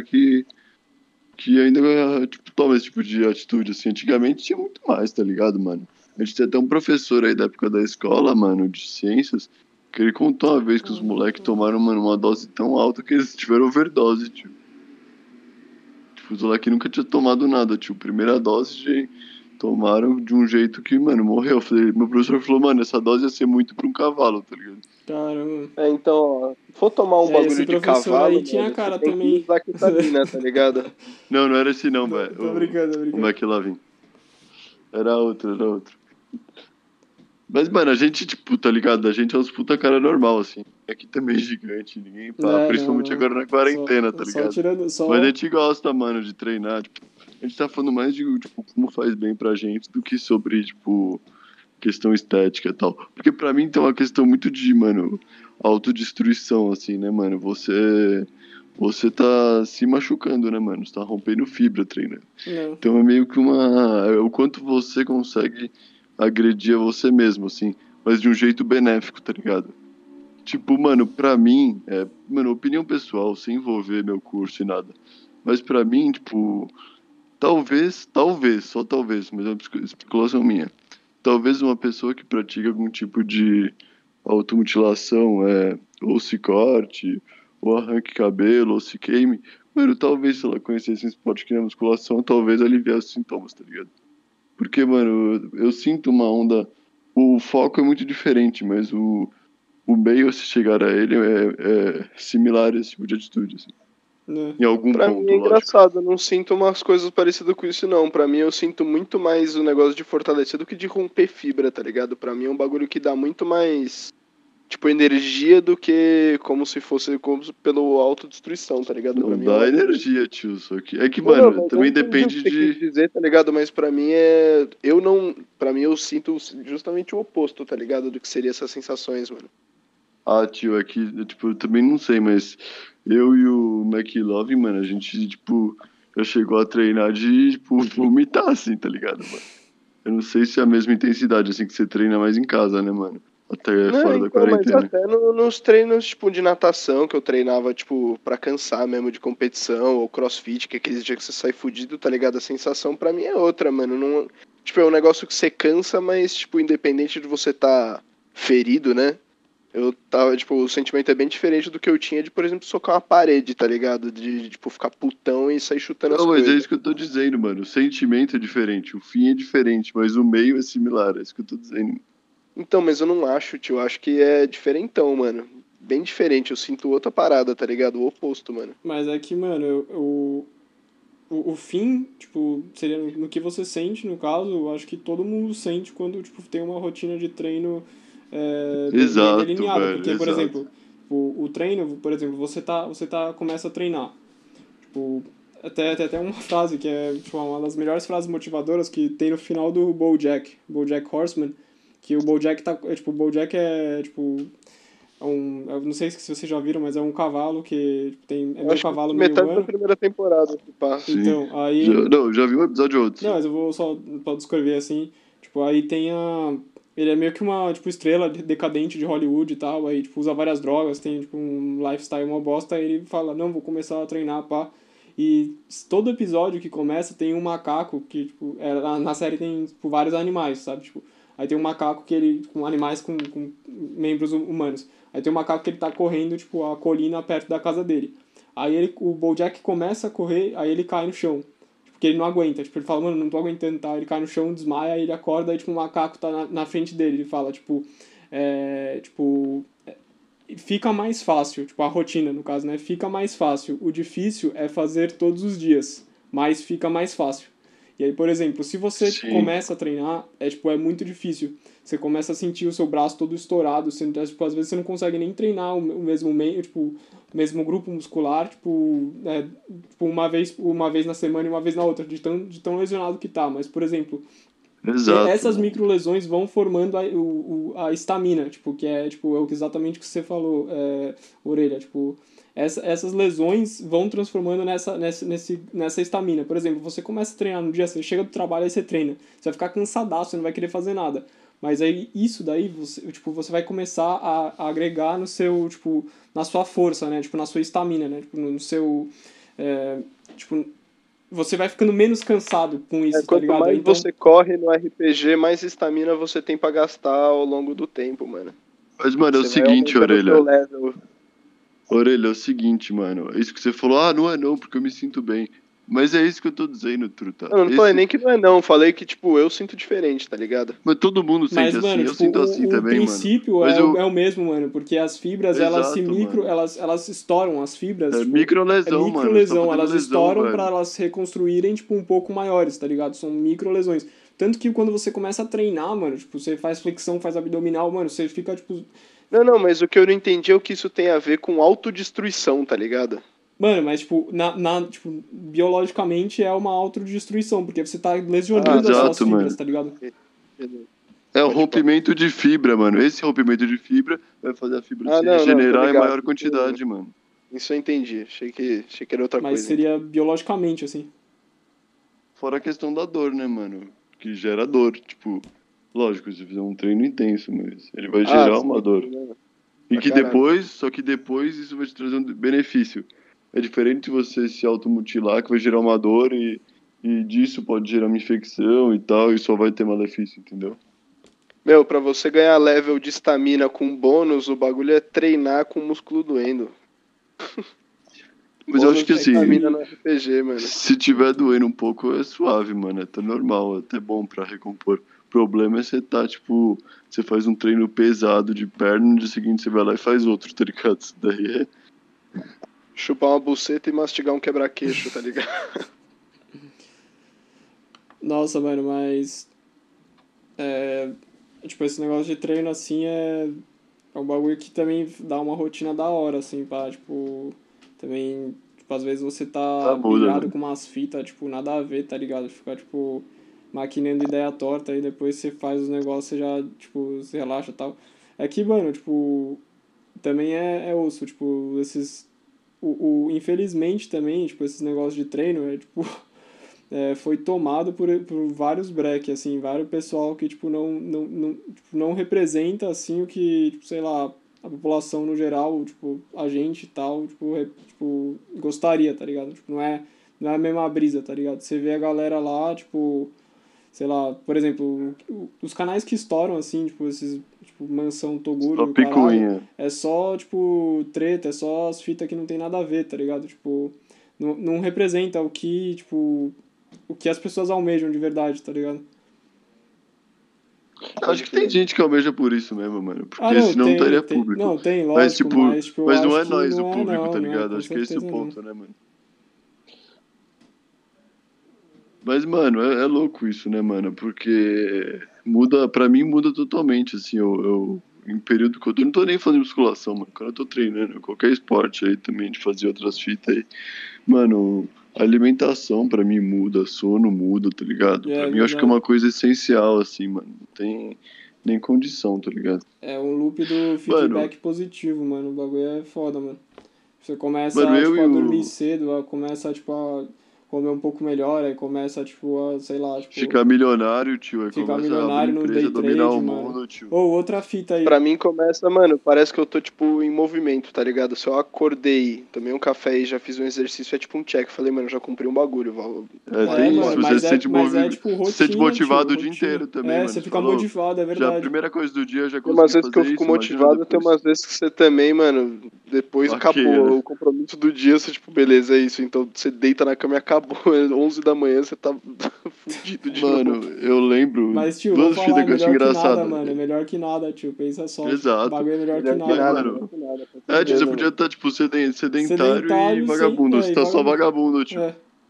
que ainda, tipo, tomam esse tipo de atitude, assim. Antigamente tinha muito mais, tá ligado, mano? A gente tem até um professor aí da época da escola, mano, de ciências, que ele contou uma vez que os moleques tomaram, mano, uma dose tão alta que eles tiveram overdose, tio. Tipo, os moleques nunca tinham tomado nada, tio. Primeira dose de... Tomaram de um jeito que, mano, morreu. Eu falei, meu professor falou, mano, essa dose ia ser muito pra um cavalo, tá ligado? Caramba. É, então, ó, se for tomar um É, esse bagulho de professor aí cavalo, tinha mano, você cara tem que também. usar ketamina, tá ligado? Não, não era esse não, Não, velho. tô brincando, tô O brincando. McLovin. Era outro, era outro. Mas, mano, a gente, tipo, tá ligado? A gente é uns puta cara normal, assim. Aqui também é gigante, ninguém pá. É, não, Principalmente não. agora na quarentena, tá Só ligado? tirando. Mas a Só. gente gosta, mano, de treinar. Tipo, a gente tá falando mais de, tipo, como faz bem pra gente do que sobre, tipo, questão estética e tal. Porque pra mim tem uma questão muito de, mano, autodestruição, assim, né, mano? Você tá se machucando, né, mano? Você tá rompendo fibra treinando. Não. Então é meio que uma. É o quanto você consegue agredir a você mesmo, assim. Mas de um jeito benéfico, tá ligado? Tipo, mano, pra mim, mano, opinião pessoal, sem envolver meu curso e nada. Mas pra mim, tipo, só talvez, mas é uma especulação minha. Talvez uma pessoa que pratica algum tipo de automutilação, ou se corte, ou arranque cabelo, ou se queime, mano, talvez se ela conhecesse um esporte que é musculação, talvez aliviasse os sintomas, tá ligado? Porque, mano, eu sinto uma onda. O foco é muito diferente, mas o meio a se chegar a ele é similar a esse tipo de atitude, assim. Não. Em algum Pra mim ponto, é lógico. engraçado, eu não sinto umas coisas parecidas com isso, não. Pra mim eu sinto muito mais o negócio de fortalecer do que de romper fibra, tá ligado? Pra mim é um bagulho que dá muito mais, tipo, energia do que como se fosse pelo autodestruição, tá ligado? Pra Não mim é um dá bagulho... energia, tio. Só que. É que, Não, mano, mas eu também entendi o que depende você quis de. dizer, tá ligado? Mas pra mim é... Eu não... Pra mim eu sinto justamente o oposto, tá ligado? Do que seria essas sensações, mano. Ah, tio, é que, tipo, eu também não sei, mas eu e o McLovin, mano, a gente, tipo, já chegou a treinar de, tipo, vomitar, assim, tá ligado, mano? Eu não sei se é a mesma intensidade, assim, que você treina mais em casa, né, mano? Até Não, fora da então, mas quarentena. até nos treinos, tipo, de natação, que eu treinava, tipo, pra cansar mesmo de competição, ou crossfit, que é aqueles dias que você sai fudido, tá ligado? A sensação pra mim é outra, mano. Não, tipo, é um negócio que você cansa, mas, tipo, independente de você tá ferido, né? Eu tava, tipo, o sentimento é bem diferente do que eu tinha de, por exemplo, socar uma parede, tá ligado? De tipo, ficar putão e sair chutando as Não, mas é coisas. isso que eu tô dizendo, mano. O sentimento é diferente, o fim é diferente, mas o meio é similar, é isso que eu tô dizendo. Então, mas eu não acho, tio. Eu acho que é diferentão, mano. Bem diferente. Eu sinto outra parada, tá ligado? O oposto, mano. Mas é que, mano, o fim, tipo, seria no que você sente, no caso, eu acho que todo mundo sente quando, tipo, tem uma rotina de treino bem Exato, delineada. velho, Porque, por exato. exemplo, o treino, por exemplo, você começa a treinar. Tipo, até uma frase que é tipo, uma das melhores frases motivadoras que tem no final do BoJack Horseman, que o BoJack o BoJack é, tipo, eu não sei se vocês já viram, mas é um cavalo que tipo, é meio Acho que cavalo, meio metade da humano. primeira temporada que passa. Sim. Então, aí... Já vi um episódio ou outro. Não, mas eu vou só descrever assim. Tipo, aí tem ele é meio que uma, tipo, estrela decadente de Hollywood e tal, aí, tipo, usa várias drogas, tem, tipo, um lifestyle uma bosta, aí ele fala, não, vou começar a treinar, pá. E todo episódio que começa tem um macaco que, tipo, na série tem, tipo, vários animais, sabe? Tipo, aí tem um macaco que ele, com animais com membros humanos. Aí tem um macaco que ele tá correndo, tipo, a colina perto da casa dele. Aí o BoJack começa a correr, aí ele cai no chão. Porque ele não aguenta, tipo, ele fala, mano, não tô aguentando, tá? Ele cai no chão, desmaia, aí ele acorda, aí, tipo, um macaco tá na frente dele. Ele fala, fica mais fácil, tipo, a rotina, no caso, né? Fica mais fácil. O difícil é fazer todos os dias, mas fica mais fácil. E aí, por exemplo, se você começa a treinar, é muito difícil. Você começa a sentir o seu braço todo estourado, você, tipo, às vezes você não consegue nem treinar o mesmo meio, tipo, mesmo grupo muscular, uma vez na semana e uma vez na outra, de tão lesionado que tá. Mas, por exemplo, Exato. essas microlesões vão formando a estamina, tipo, que é, tipo, exatamente o que você falou, Orelha, tipo, essas lesões vão transformando nessa estamina. Por exemplo, você começa a treinar no dia, você chega do trabalho e você treina, você vai ficar cansadaço, você não vai querer fazer nada. Mas aí, isso daí, você vai começar a agregar no seu, tipo, na sua força, né, tipo, na sua estamina, né, tipo, no seu, você vai ficando menos cansado com isso, tá Quanto ligado? mais Então, você corre no RPG, mais estamina você tem pra gastar ao longo do tempo, mano. Mas, mano, é o Você vai seguinte, aumentando o Orelha. seu level. Orelha, é o seguinte, mano. Isso que você falou, não, porque eu me sinto bem. Mas é isso que eu tô dizendo, truta. Não tô nem que não é não. Falei que, tipo, eu sinto diferente, tá ligado? Mas todo mundo sente assim, mano, eu tipo, sinto assim o também, princípio mano. Mas é o mesmo, mano, porque as fibras, Exato, elas estouram, as fibras, é tipo, microlesão, mano. Você tá microlesão, fazendo elas lesão, estouram velho. pra elas se reconstruírem, tipo, um pouco maiores, tá ligado? São microlesões. Tanto que quando você começa a treinar, mano, tipo, você faz flexão, faz abdominal, mano, você fica, tipo... Não, mas o que eu não entendi é o que isso tem a ver com autodestruição, tá ligado? Mano, mas, tipo, tipo, biologicamente é uma autodestruição, porque você tá lesionando as suas exato, fibras, mano. tá ligado? É o rompimento de fibra, mano. Esse rompimento de fibra vai fazer a fibra se tô regenerar em ligado. maior quantidade, mano. Isso eu entendi. Achei que era outra Mas coisa. seria biologicamente, assim. Fora a questão da dor, né, mano? Que gera dor. Tipo, lógico, se fizer um treino intenso, mas ele vai gerar uma dor. E que só que depois isso vai te trazer um benefício. É diferente você se automutilar, que vai gerar uma dor e disso pode gerar uma infecção e tal, e só vai ter malefício, entendeu? Meu, pra você ganhar level de estamina com bônus, o bagulho é treinar com o músculo doendo. Mas eu acho que assim, no RPG, mano. se tiver doendo um pouco é suave, mano, é até normal, é até bom pra recompor. O problema é você tipo, você faz um treino pesado de perna, no dia seguinte você vai lá e faz outro, tá ligado? Isso daí é... Chupar uma buceta e mastigar um quebra-queixo, tá ligado? Nossa, mano, mas... tipo, esse negócio de treino, assim, é um bagulho que também dá uma rotina da hora, assim, pá, tipo... Também, tipo, às vezes você tá pilhado, né, com umas fitas, tipo, nada a ver, tá ligado? Ficar, tipo, maquinando ideia torta, aí depois você faz os negócios, você já, tipo, se relaxa e tal. É que, mano, tipo, também é osso, tipo, esses... infelizmente também, tipo, esses negócios de treino, tipo... foi tomado por vários break, assim, vários pessoal que, tipo, não representa, assim, o que, tipo, sei lá, a população no geral, tipo, a gente e tal, tipo, gostaria, tá ligado? Tipo, não é a mesma brisa, tá ligado? Você vê a galera lá, tipo, sei lá, por exemplo, os canais que estouram, assim, tipo, esses, tipo, Mansão Toguro, caralho, é só, tipo, treta, é só as fitas que não tem nada a ver, tá ligado? Tipo, não representa o que, tipo... o que as pessoas almejam de verdade, tá ligado? Acho que tem gente que almeja por isso mesmo, mano. Porque senão não teria público. Não, tem, lógico, mas mas não é nós o público, tá ligado? Não, acho que esse é o ponto, não. né, mano? Mas, mano, é louco isso, né, mano? Porque pra mim muda totalmente, assim, em período que eu não tô nem fazendo musculação, mano. Quando eu tô treinando, qualquer esporte aí também, de fazer outras fitas aí. Mano, a alimentação pra mim muda, sono muda, tá ligado? Pra mim eu acho que é uma coisa essencial, assim, mano. Não tem nem condição, tá ligado? É um loop do feedback positivo, mano. O bagulho é foda, mano. Você começa, mano, tipo, a dormir cedo, começa, tipo, a comer um pouco melhor, aí começa, tipo, a, sei lá, tipo... Ficar milionário, tio, aí Ficar começa milionário a abrir no empresa, day dominar trade, o mano. mundo, tio. Ou outra fita aí. Pra mim começa, mano, parece que eu tô, tipo, em movimento, tá ligado? Se eu acordei, tomei um café e já fiz um exercício, é tipo um check. Falei, mano, já cumpri um bagulho, tem mano, isso, mas você se sente, tipo, rotina, se sente motivado tio, o dia rotina. inteiro também, mano. Você fica falou, motivado, é já a verdade. primeira coisa do dia eu já Tem umas consegui vezes que eu fazer fico isso, imagina motivado, tem depois. umas vezes que você também, mano, depois Vaqueira. acabou o compromisso do dia, você, tipo, beleza, é isso. Então você deita na cama e acabou, 11 da manhã você tá fudido de Mano, novo. eu lembro Mas, tio, duas vou falar, é fitas que eu achei melhor que engraçadas. nada, mano. É melhor que nada, tio. Pensa só. Exato. O bagulho é melhor que Melhor que nada. nada, mano. melhor que nada, com tio, você certeza, podia mano. estar, tipo, sedentário e Sedentário, vagabundo. Você tá só vagabundo. vagabundo, tio.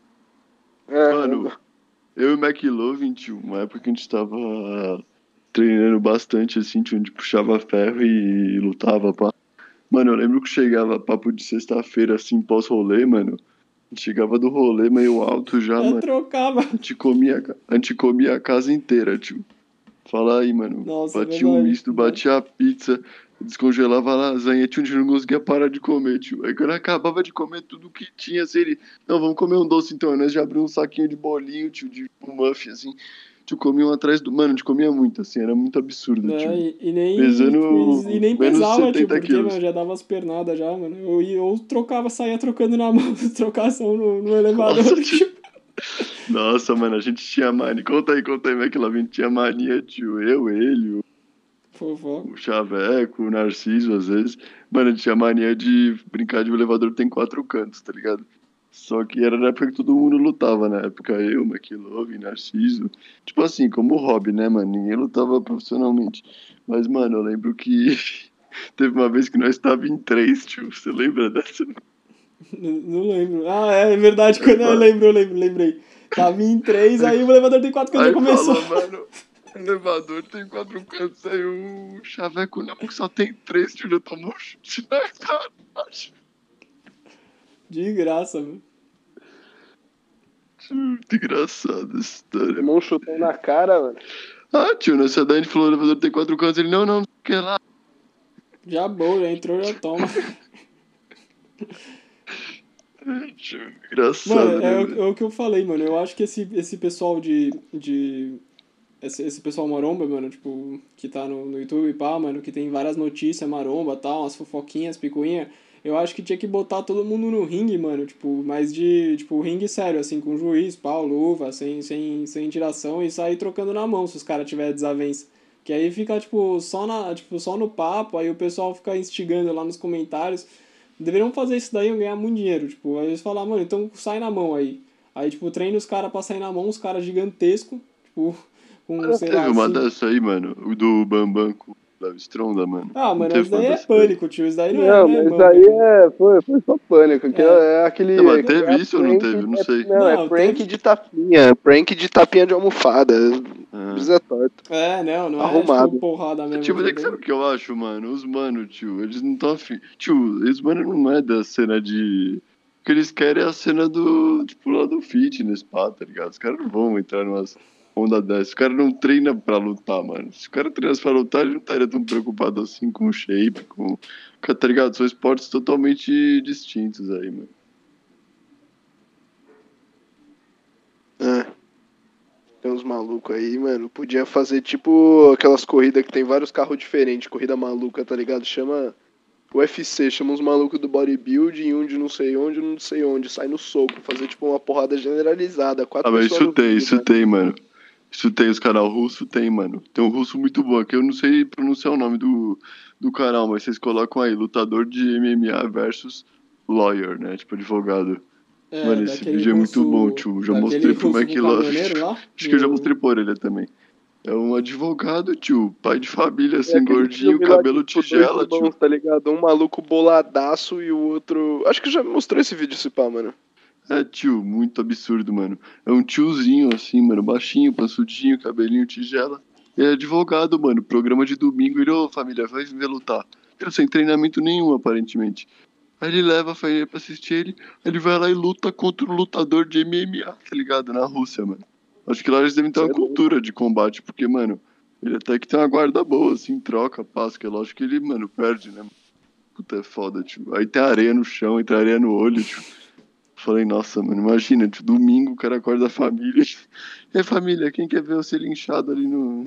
É. Mano, eu e o McLovin, tio, uma época que a gente tava treinando bastante, assim, tio, a gente puxava ferro e lutava, pá. Mano, eu lembro que chegava papo de sexta-feira, assim, pós-rolê, mano. A gente chegava do rolê meio alto já, mano. Trocava. A gente comia a casa inteira, tio. Fala aí, mano. Nossa, batia um verdade. misto, batia a pizza, descongelava a lasanha, tio, a gente não conseguia parar de comer, tio. Aí quando acabava de comer tudo que tinha, assim, ele... Não, vamos comer um doce então. Nós já abriu um saquinho de bolinho, tio, de um muffin, assim. Tio, comia um atrás do... Mano, a gente comia muito, assim, era muito absurdo, tio. E nem, Pesando e nem menos pesava, 70 tio, porque, quilos. mano, já dava as pernadas já, mano. Eu trocava, saía trocando na mão, trocação no elevador, Nossa, tio. Nossa, mano, a gente tinha mania. Conta aí, McLovin. Tinha mania, tio. Eu, ele, Fofoca. o Chaveco, o Narciso, às vezes. Mano, a gente tinha mania de brincar de elevador tem 4 cantos, tá ligado? Só que era na época que todo mundo lutava, na época eu, McLovin, Narciso. Tipo assim, como hobby, né, mano? Ninguém lutava profissionalmente. Mas, mano, eu lembro que teve uma vez que nós estávamos em 3, tio. Você lembra dessa? Não lembro. Ah, é verdade, quando eu lembrei. Tava em 3, aí o elevador tem 4 cantos, Aí já começou. falou, mano, elevador tem 4 cantos, aí o Chaveco, não, que só tem 3, tio, já tomou um chute na cara. De graça, mano. Muito engraçado essa história. Tomou um chutão na cara, mano. Ah, tio, nessa daí a gente falou, o elevador tem 4 cantos, ele, não, que lá. Já bom, já entrou, já toma. Tio, engraçado, Mano, né, é o que eu falei, mano. Eu acho que esse pessoal esse pessoal maromba, mano, tipo, que tá no YouTube, pá, mano, que tem várias notícias maromba e tal, umas fofoquinhas, picuinha. Eu acho que tinha que botar todo mundo no ringue, mano, tipo, mas tipo, ringue sério, assim, com juiz, pau, luva, sem tiração e sair trocando na mão se os caras tiverem desavença. Que aí fica, tipo, só no papo, aí o pessoal fica instigando lá nos comentários. Deveriam fazer isso daí e ganhar muito dinheiro, tipo, aí eles falam, mano, então sai na mão aí. Aí, tipo, treina os caras pra sair na mão, os caras gigantescos, tipo, com, sei lá, teve uma assim... dessa aí, mano, o do Bambam com o Léo Stronda, mano. Ah, Não mano, teve isso daí uma é dessa daí? pânico, tio, isso daí não Não, é mas mão, daí cara. foi só pânico. Que é aquele. Não, mas teve isso ou não prank, teve? Não sei. Não, é Não, prank teve. de tapinha. Prank de tapinha de almofada. Ah. Brisa torta. Não é, Arrumado. tipo, porrada mesmo. Tipo, isso é que daí. sabe o que eu acho, mano? Os mano, tio, eles não estão afim. Tio, eles, mano, não é da cena de... O que eles querem é a cena do, tipo, lá do fitness, pá, tá ligado? Os caras não vão entrar numas onda dessa. Os caras não treinam pra lutar, mano. Se o cara treinasse pra lutar, ele não estaria tão preocupado assim com o shape, com... Tá ligado? São esportes totalmente distintos aí, mano. Tem uns malucos aí, mano. Podia fazer tipo aquelas corridas que tem vários carros diferentes. Corrida maluca, tá ligado? Chama UFC, chama uns malucos do bodybuilding, um de não sei onde. Sai no soco. Fazer tipo uma porrada generalizada. 4 Ah, mas pessoas no vídeo, isso mano. tem, mano. Isso tem, os canal russo tem, mano. Tem um russo muito bom aqui, eu não sei pronunciar o nome do canal, mas vocês colocam aí, lutador de MMA versus lawyer, né? Tipo, advogado. Mano, esse daquele vídeo é muito russo- bom, tio. Já daquele mostrei pro russo com o McLovin. caminhoneiro lá? Acho que eu já mostrei pra orelha também. É um advogado, tio. Pai de família, assim, aquele gordinho, filme lá cabelo de, tipo, tigela, dois irmãos, tio. tá ligado? Um maluco boladaço e o outro... Acho que já me mostrou esse vídeo, esse pá, mano. É, tio, muito absurdo, mano. É um tiozinho, assim, mano, baixinho, pansudinho, cabelinho tigela. Ele é advogado, mano. Programa de domingo, ele, ô família, vai ver lutar. Ele sem treinamento nenhum, aparentemente. Aí ele leva a família pra assistir ele, aí ele vai lá e luta contra um lutador de MMA, tá ligado? Na Rússia, mano. Acho que lá eles devem ter uma Sério? cultura de combate, porque, mano, ele até que tem uma guarda boa, assim, troca, passa, que é lógico que ele, mano, perde, né? Puta, é foda, tipo. Aí tem areia no chão, entra areia no olho, tipo. Falei, nossa, mano, imagina, tipo, domingo o cara acorda a família. E aí, família, quem quer ver você linchado ali no.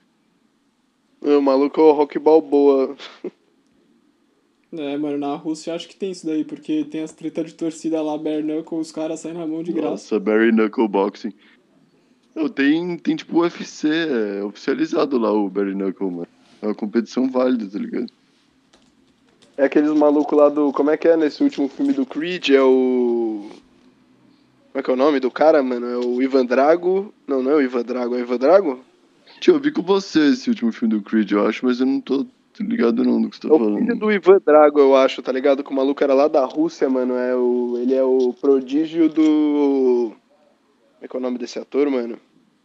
O maluco é o Rock Balboa. É, mano, na Rússia acho que tem isso daí, porque tem as tretas de torcida lá, bare knuckle, os caras saem na mão de graça. Nossa, Barry Knuckle Boxing. Não, tem tipo UFC, oficializado lá o Barry Knuckle, mano. É uma competição válida, tá ligado? É aqueles malucos lá do... Como é que é nesse último filme do Creed? É o... Como é que é o nome do cara, mano? É o Ivan Drago? Não, não é o Ivan Drago, é o Ivan Drago? Tio, eu vi com você esse último filme do Creed, eu acho, mas eu não tô ligado não do que você tá É o filho falando. do Ivan Drago, eu acho, tá ligado? Que o maluco era lá da Rússia, mano. Ele é o prodígio do... Como é que é o nome desse ator, mano?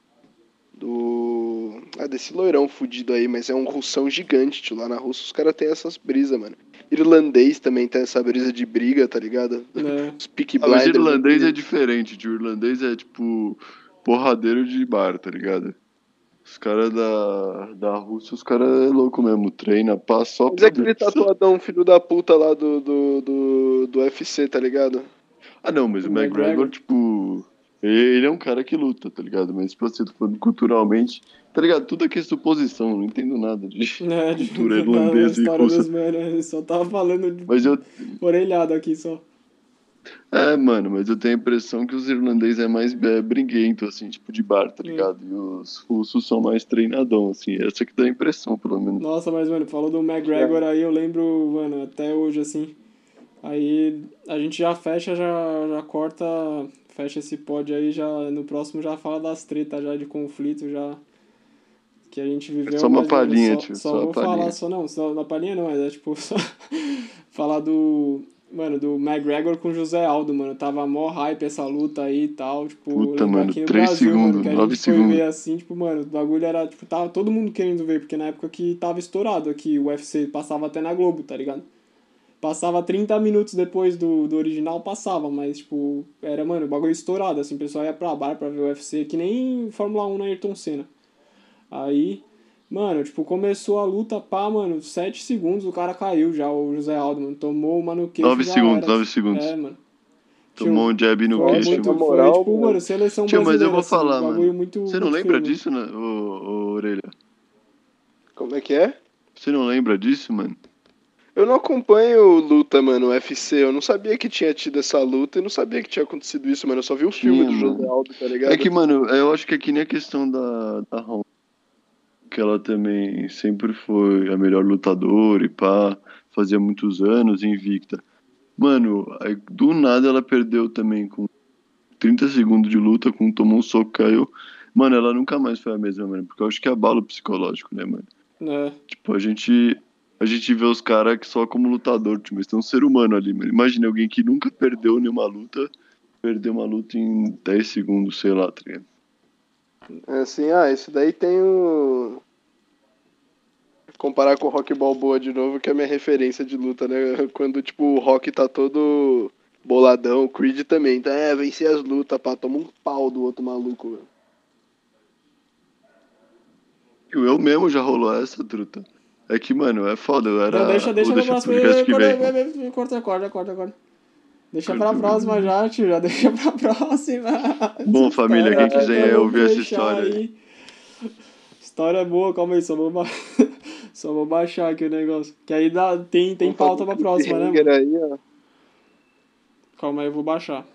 Desse loirão fudido aí, mas é um russão gigante, tio. Lá na Rússia os caras têm essas brisas, mano. Irlandês também tem essa brisa de briga, tá ligado? É. Os Peaky Ah, mas Blinders. irlandês é diferente, tio. Irlandês é tipo porradeiro de bar, tá ligado? Os caras da Rússia, os caras é louco mesmo, treina, passa só Mas pra é aquele ver. tatuadão, filho da puta lá do UFC, tá ligado? Ah, não, mas O o McGregor, McGregor. tipo, ele é um cara que luta, tá ligado? Mas, tipo, você tá falando culturalmente, tá ligado? Tudo aqui é suposição, não entendo nada de Né, cultura na irlandesa e história russa. dos mano, ele só tava falando de Mas eu, orelhada aqui só. mano, mas eu tenho a impressão que os irlandeses é mais briguento, assim, tipo de bar, tá ligado? E os russos são mais treinadão, assim, essa que dá a impressão, pelo menos. Nossa, mas, mano, falou do McGregor aí, eu lembro, mano, até hoje, assim. Aí a gente já fecha, já corta, fecha esse pod aí, já no próximo já fala das tretas já de conflito, já que a gente É viveu, só uma mas, mano, palhinha, só, tio, só só uma vou falar, palhinha. só não, só na palhinha não, mas é tipo, só falar do McGregor com José Aldo, mano, tava mó hype essa luta aí e tal, tipo, Puta, lembrar mano, aqui no 3 Brasil, mano, segundos, que a 9 gente foi ver segundos. assim, tipo, mano, o bagulho era, tipo, tava todo mundo querendo ver, porque na época que tava estourado aqui, o UFC passava até na Globo, tá ligado? Passava 30 minutos depois do original, passava, mas, tipo, era, mano, o bagulho estourado, assim, o pessoal ia pra bar pra ver o UFC, que nem Fórmula 1 na Ayrton Senna. Aí, mano, tipo, começou a luta, pá, mano, 7 segundos o cara caiu já, o José Aldo, mano, tomou uma no queixo 9 já segundos, era, 9 tio. segundos. É, mano. Tomou Tio, um jab no foi queixo. Na muito, foi, moral, tipo, mano, mano. seleção Tio, mas eu brasileira, vou assim, falar, bagulho mano. muito, Você não muito lembra firme. disso, né, ô Orelha? Como é que é? Você não lembra disso, mano? Eu não acompanho luta, mano, UFC. Eu não sabia que tinha tido essa luta e não sabia que tinha acontecido isso, mano. Eu só vi o filme Tinha, do José mano. Aldo, tá É ligado? que, mano, eu acho que é que nem a questão da Honda, que ela também sempre foi a melhor lutadora e pá, fazia muitos anos invicta. Mano, aí, do nada ela perdeu também com 30 segundos de luta, tomou um soco, caiu. Mano, ela nunca mais foi a mesma, mano, porque eu acho que é abalo psicológico, né, mano? É, Tipo, a gente vê os caras que só como lutador, tipo, mas tem um ser humano ali, mano. Imagina alguém que nunca perdeu nenhuma luta, perder uma luta em 10 segundos, sei lá, tá ligado? É assim, esse daí tem o... Comparar com o Rock Balboa de novo, que é a minha referência de luta, né? Quando, tipo, o Rock tá todo boladão, o Creed também, tá? Vencer as lutas, pá, toma um pau do outro maluco, velho. Eu mesmo já rolou essa truta. É que, mano, é foda, eu não, era. deixa Vou pra deixar pro próxima, podcast que vem. corta. Deixa pra Corta, próxima corta. já, tio, já deixa pra próxima. Bom, Essa família, história, quem quiser então vamos ouvir essa fechar história aí. aí. História é boa, calma aí, só vou, só vou baixar aqui o negócio. Que aí tem Vamos pauta fazer pra próxima, né, cliffhanger mano? aí, ó. Calma aí, eu vou baixar.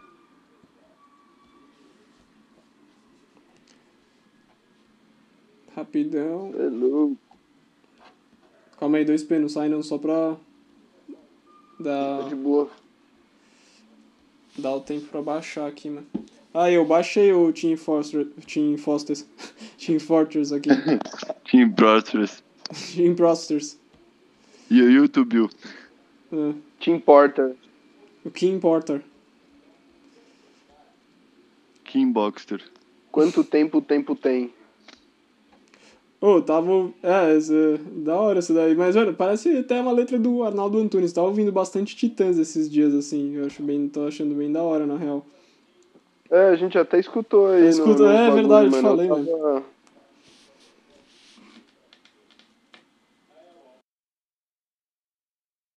Rapidão. É louco. Calma aí, 2P, não sai não, só pra Tá dar, de boa. dar o tempo pra baixar aqui, mano. Aí, eu baixei o Team Fortress aqui. Team Brothers. Team Imposters. E o YouTube, É. Team Porter. O Kim Porter. Kim Boxster. Quanto tempo o tempo tem? Ô, tava. Da hora isso daí. Mas, olha, parece até uma letra do Arnaldo Antunes. Tava ouvindo bastante Titãs esses dias, assim. Tô achando bem da hora, na real. A gente até escutou aí Escuta, no é bagulho, verdade, eu te mano. falei, mano.